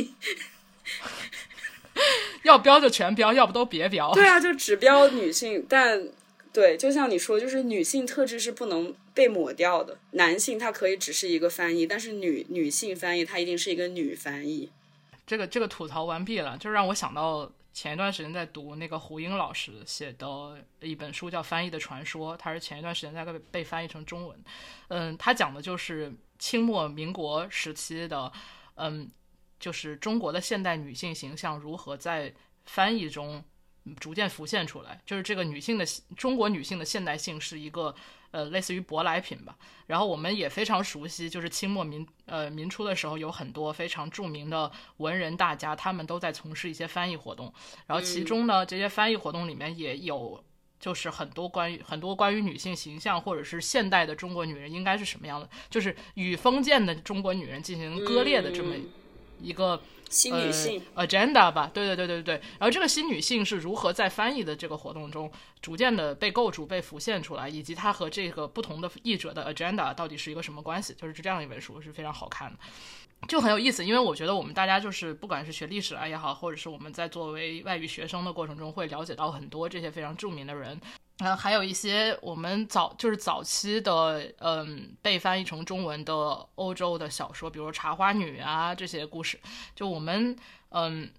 要标就全标，要不都别标。 对啊，就只标女性，但对，就像你说，就是女性特质是不能被抹掉的。男性他可以只是一个翻译，但是女女性翻译她一定是一个女翻译。 这个这个吐槽完毕了，就让我想到前一段时间在读那个胡英老师写的一本书叫《翻译的传说》，它是前一段时间在被被翻译成中文。嗯，他讲的就是清末民国时期的，嗯，就是中国的现代女性形象如何在翻译中逐渐浮现出来。就是这个女性的中国女性的现代性是一个呃类似于舶来品吧。然后我们也非常熟悉，就是清末民呃民初的时候有很多非常著名的文人大家，他们都在从事一些翻译活动。然后其中呢，这些翻译活动里面也有就是很多关于很多关于女性形象，或者是现代的中国女人应该是什么样的，就是与封建的中国女人进行割裂的这么一个新女性、 呃、agenda 吧。对对对对对。然后这个新女性是如何在翻译的这个活动中逐渐的被构筑、被浮现出来，以及它和这个不同的译者的 agenda 到底是一个什么关系，就是这样一本书是非常好看的，就很有意思。因为我觉得我们大家就是不管是学历史啊也好，或者是我们在作为外语学生的过程中会了解到很多这些非常著名的人。呃，还有一些我们早就是早期的，嗯，被翻译成中文的欧洲的小说，比如《茶花女》啊这些故事，就我们嗯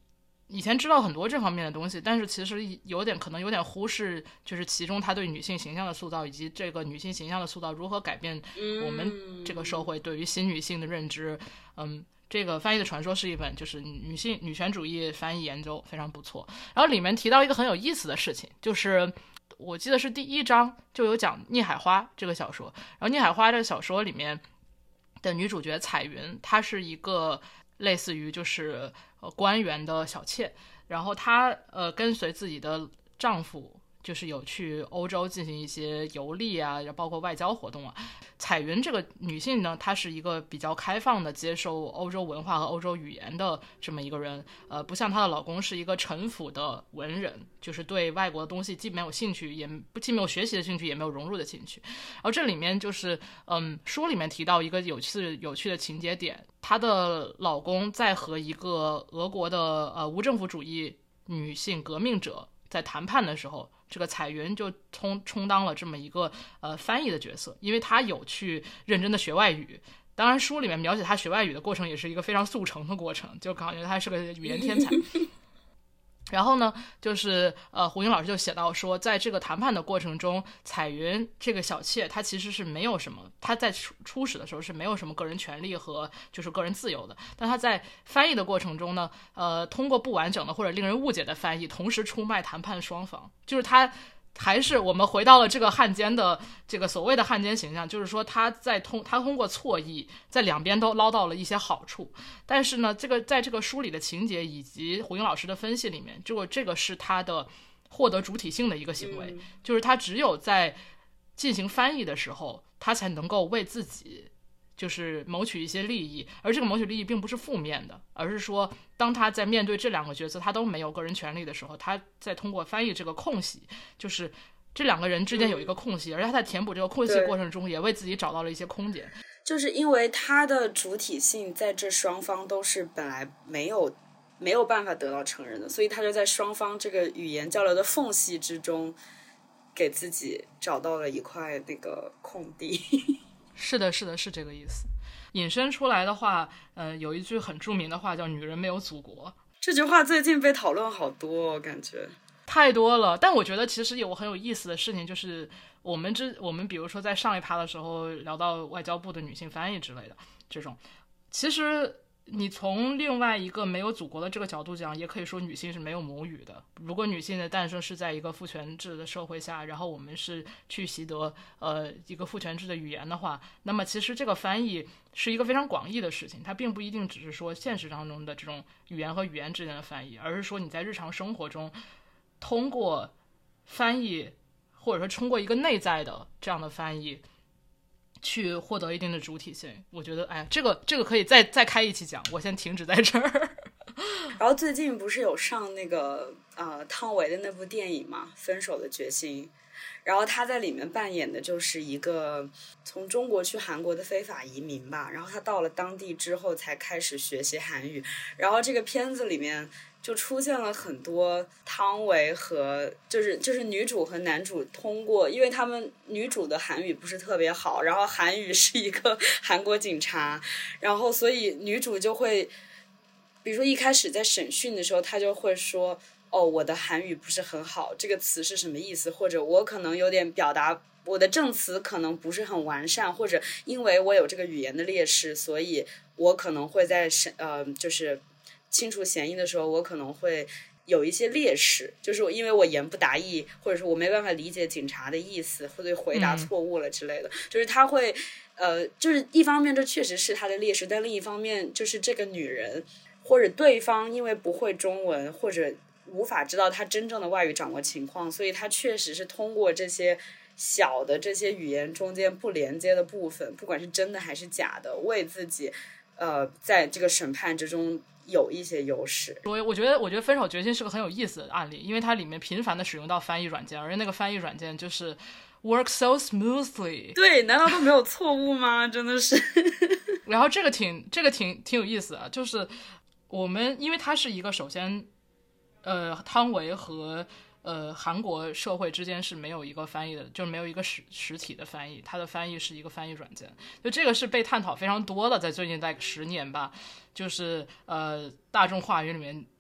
以前知道很多这方面的东西，但是其实有点可能有点忽视，就是其中他对女性形象的塑造，以及这个女性形象的塑造如何改变我们这个社会对于新女性的认知。嗯，这个翻译的传说是一本就是女性女权主义翻译研究，非常不错。然后里面提到一个很有意思的事情，就是我记得是第一章就有讲聂海花这个小说，然后聂海花这个小说里面的女主角彩云，她是一个类似于就是呃官员的小妾，然后她呃跟随自己的丈夫就是有去欧洲进行一些游历啊，包括外交活动啊。彩云这个女性呢，她是一个比较开放的接受欧洲文化和欧洲语言的这么一个人，呃，不像她的老公是一个陈腐的文人，就是对外国的东西既没有兴趣，也不既没有学习的兴趣，也没有融入的兴趣。然后这里面就是嗯，书里面提到一个有趣有趣的情节点，她的老公在和一个俄国的呃无政府主义女性革命者在谈判的时候，这个彩云就充充当了这么一个呃翻译的角色，因为她有去认真的学外语。当然书里面描写她学外语的过程也是一个非常速成的过程，就感觉她是个语言天才。然后呢，就是呃，胡英老师就写到说，在这个谈判的过程中，彩云这个小妾，她其实是没有什么，她在初初始的时候是没有什么个人权利和就是个人自由的。但她在翻译的过程中呢，呃，通过不完整的或者令人误解的翻译，同时出卖谈判双方，就是她。还是我们回到了这个汉奸的这个所谓的汉奸形象，就是说他在通他通过错译在两边都捞到了一些好处，但是呢，这个在这个书里的情节以及胡英老师的分析里面，就这个是他的获得主体性的一个行为，就是他只有在进行翻译的时候，他才能够为自己就是谋取一些利益，而这个谋取利益并不是负面的，而是说当他在面对这两个角色他都没有个人权利的时候，他在通过翻译这个空隙，就是这两个人之间有一个空隙、嗯、而他在填补这个空隙过程中也为自己找到了一些空间， 就是因为他的主体性在这双方都是本来没有没有办法得到承认的，所以他就在双方这个语言交流的缝隙之中给自己找到了一块那个空地。 是的是的，是这个意思。引申出来的话，呃，有一句很著名的话叫女人没有祖国， 这句话最近被讨论好多、哦、我感觉太多了。但我觉得其实有很有意思的事情，就是我们之我们比如说在上一趴的时候聊到外交部的女性翻译之类的这种，其实你从另外一个没有祖国的这个角度讲，也可以说女性是没有母语的。如果女性的诞生是在一个父权制的社会下，然后我们是去习得呃一个父权制的语言的话，那么其实这个翻译是一个非常广义的事情，它并不一定只是说现实当中的这种语言和语言之间的翻译，而是说你在日常生活中通过翻译，或者说通过一个内在的这样的翻译去获得一定的主体性。我觉得哎，这个这个可以再再开一期讲，我先停止在这儿。 然后最近不是有上那个呃汤唯的那部电影嘛，《分手的决心》，然后他在里面扮演的就是一个从中国去韩国的非法移民吧，然后他到了当地之后才开始学习韩语，然后这个片子里面就出现了很多汤唯和就是就是女主和男主通过，因为他们女主的韩语不是特别好，然后韩语是一个韩国警察，然后所以女主就会比如说一开始在审讯的时候，她就会说哦，我的韩语不是很好，这个词是什么意思，或者我可能有点表达我的证词可能不是很完善，或者因为我有这个语言的劣势，所以我可能会在呃就是清除嫌疑的时候我可能会有一些劣势，就是因为我言不达意，或者说我没办法理解警察的意思，或者回答错误了之类的、嗯、就是他会呃，就是一方面这确实是他的劣势，但另一方面就是这个女人或者对方因为不会中文或者无法知道他真正的外语掌握情况，所以他确实是通过这些小的这些语言中间不连接的部分，不管是真的还是假的，为自己呃在这个审判之中有一些优势。 我我觉得我觉得分手决心是个很有意思的案例，因为它里面频繁的使用到翻译软件，而且那个翻译软件就是 work so smoothly。 对，难道都没有错误吗？真的是然后这个挺这个挺挺有意思的，就是我们因为它是一个首先呃汤唯和呃韩国社会之间是没有一个翻译的，就是没有一个实实体的翻译，它的翻译是一个翻译软件，就这个是被探讨非常多的，在最近大概十年吧，就是呃大众话语里面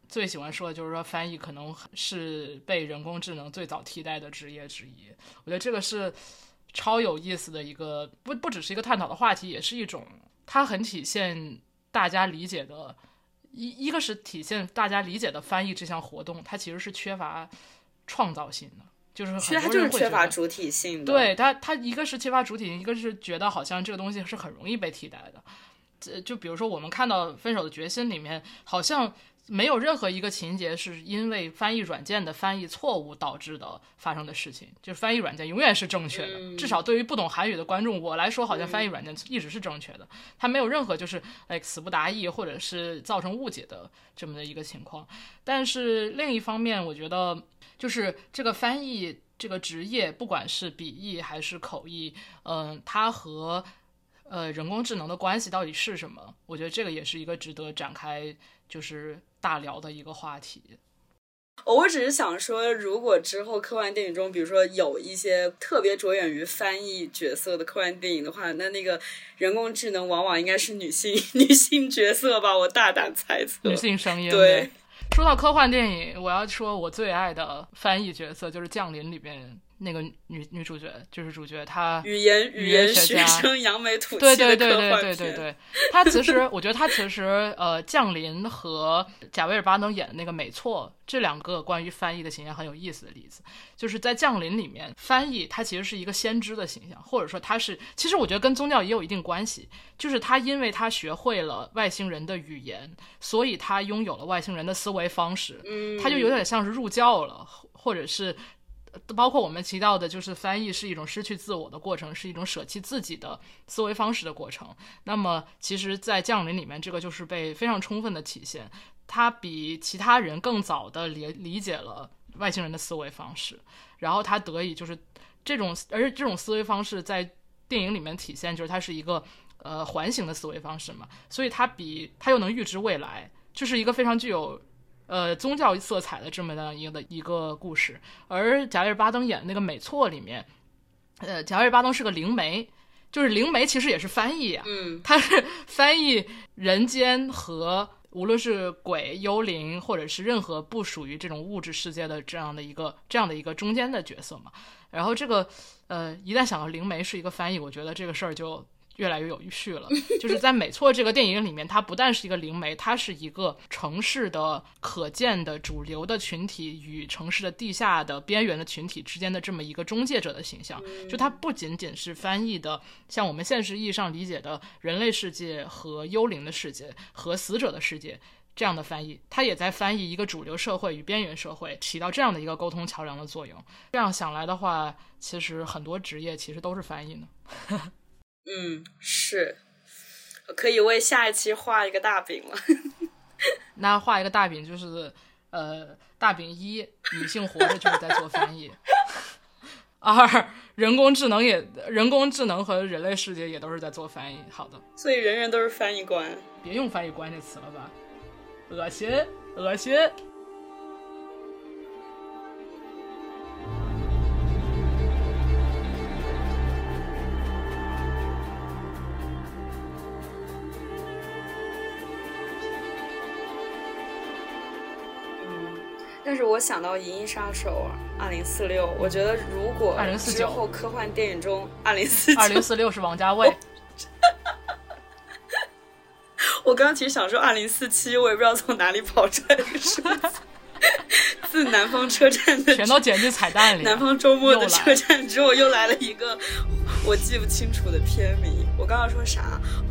最喜欢说的就是说翻译可能是被人工智能最早替代的职业之一。我觉得这个是超有意思的一个，不不只是一个探讨的话题，也是一种它很体现大家理解的一一个是体现大家理解的翻译这项活动，它其实是缺乏创造性的，就是很多人会觉得其实它就是缺乏主体性的。 对，它它一个是缺乏主体性，一个是觉得好像这个东西是很容易被替代的。就比如说我们看到《分手的决心》里面，好像没有任何一个情节是因为翻译软件的翻译错误导致的发生的事情，就是翻译软件永远是正确的、嗯、至少对于不懂韩语的观众我来说，好像翻译软件一直是正确的，它没有任何就是哎词不达意或者是造成误解的这么的一个情况。但是另一方面，我觉得就是这个翻译这个职业，不管是笔译还是口译，嗯、呃，它和呃人工智能的关系到底是什么？我觉得这个也是一个值得展开就是大聊的一个话题。 我只是想说，如果之后科幻电影中比如说有一些特别着眼于翻译角色的科幻电影的话，那那个人工智能往往应该是女性女性角色吧，我大胆猜测。 女性声音。 对。 说到科幻电影，我要说我最爱的翻译角色就是《降临》里边那个女女主角，就是主角她语言语言学生扬眉吐气的科幻片。对对对对对对对，她其实我觉得她其实呃，《降临》和贾维尔巴登演的那个美错这两个关于翻译的形象很有意思的例子，就是在《降临》里面，翻译她其实是一个先知的形象，或者说她是，其实我觉得跟宗教也有一定关系，就是她因为她学会了外星人的语言，所以她拥有了外星人的思维方式， 嗯， 她就有点像是入教了，或者是包括我们提到的就是翻译是一种失去自我的过程，是一种舍弃自己的思维方式的过程。那么其实在降临里面，这个就是被非常充分的体现，他比其他人更早的理理解了外星人的思维方式，然后他得以就是这种，而且这种思维方式在电影里面体现，就是它是一个呃环形的思维方式嘛，所以它比它又能预知未来，就是一个非常具有呃宗教色彩的这么的一个一个故事。而贾维尔巴登演的那个美错里面，呃，贾维尔巴登是个灵媒，就是灵媒其实也是翻译啊， 嗯， 他是翻译人间和无论是鬼、幽灵，或者是任何不属于这种物质世界的这样的一个这样的一个中间的角色嘛。然后这个呃，一旦想到灵媒是一个翻译，我觉得这个事儿就越来越有序了。就是在美错这个电影里面，它不但是一个灵媒，它是一个城市的可见的主流的群体与城市的地下的边缘的群体之间的这么一个中介者的形象。就它不仅仅是翻译的像我们现实意义上理解的人类世界和幽灵的世界和死者的世界这样的翻译，它也在翻译一个主流社会与边缘社会，起到这样的一个沟通桥梁的作用。这样想来的话，其实很多职业其实都是翻译呢。 嗯，是，可以为下一期画一个大饼了。 那画一个大饼就是，呃，大饼一，女性活着就是在做翻译；二，人工智能也，人工智能和人类世界也都是在做翻译。好的， 所以人人都是翻译官。 别用翻译官这词了吧，恶心，恶心。 但是我想到《银翼杀手二零四六》，我觉得如果之后科幻电影中二零四九， 二零四六是王家卫。 我刚刚其实想说二零四七，我也不知道从哪里跑出来的数字。自南方车站的全都剪进彩蛋里， 南方周末的车站之后，又来了一个我记不清楚的片名。我刚刚说啥？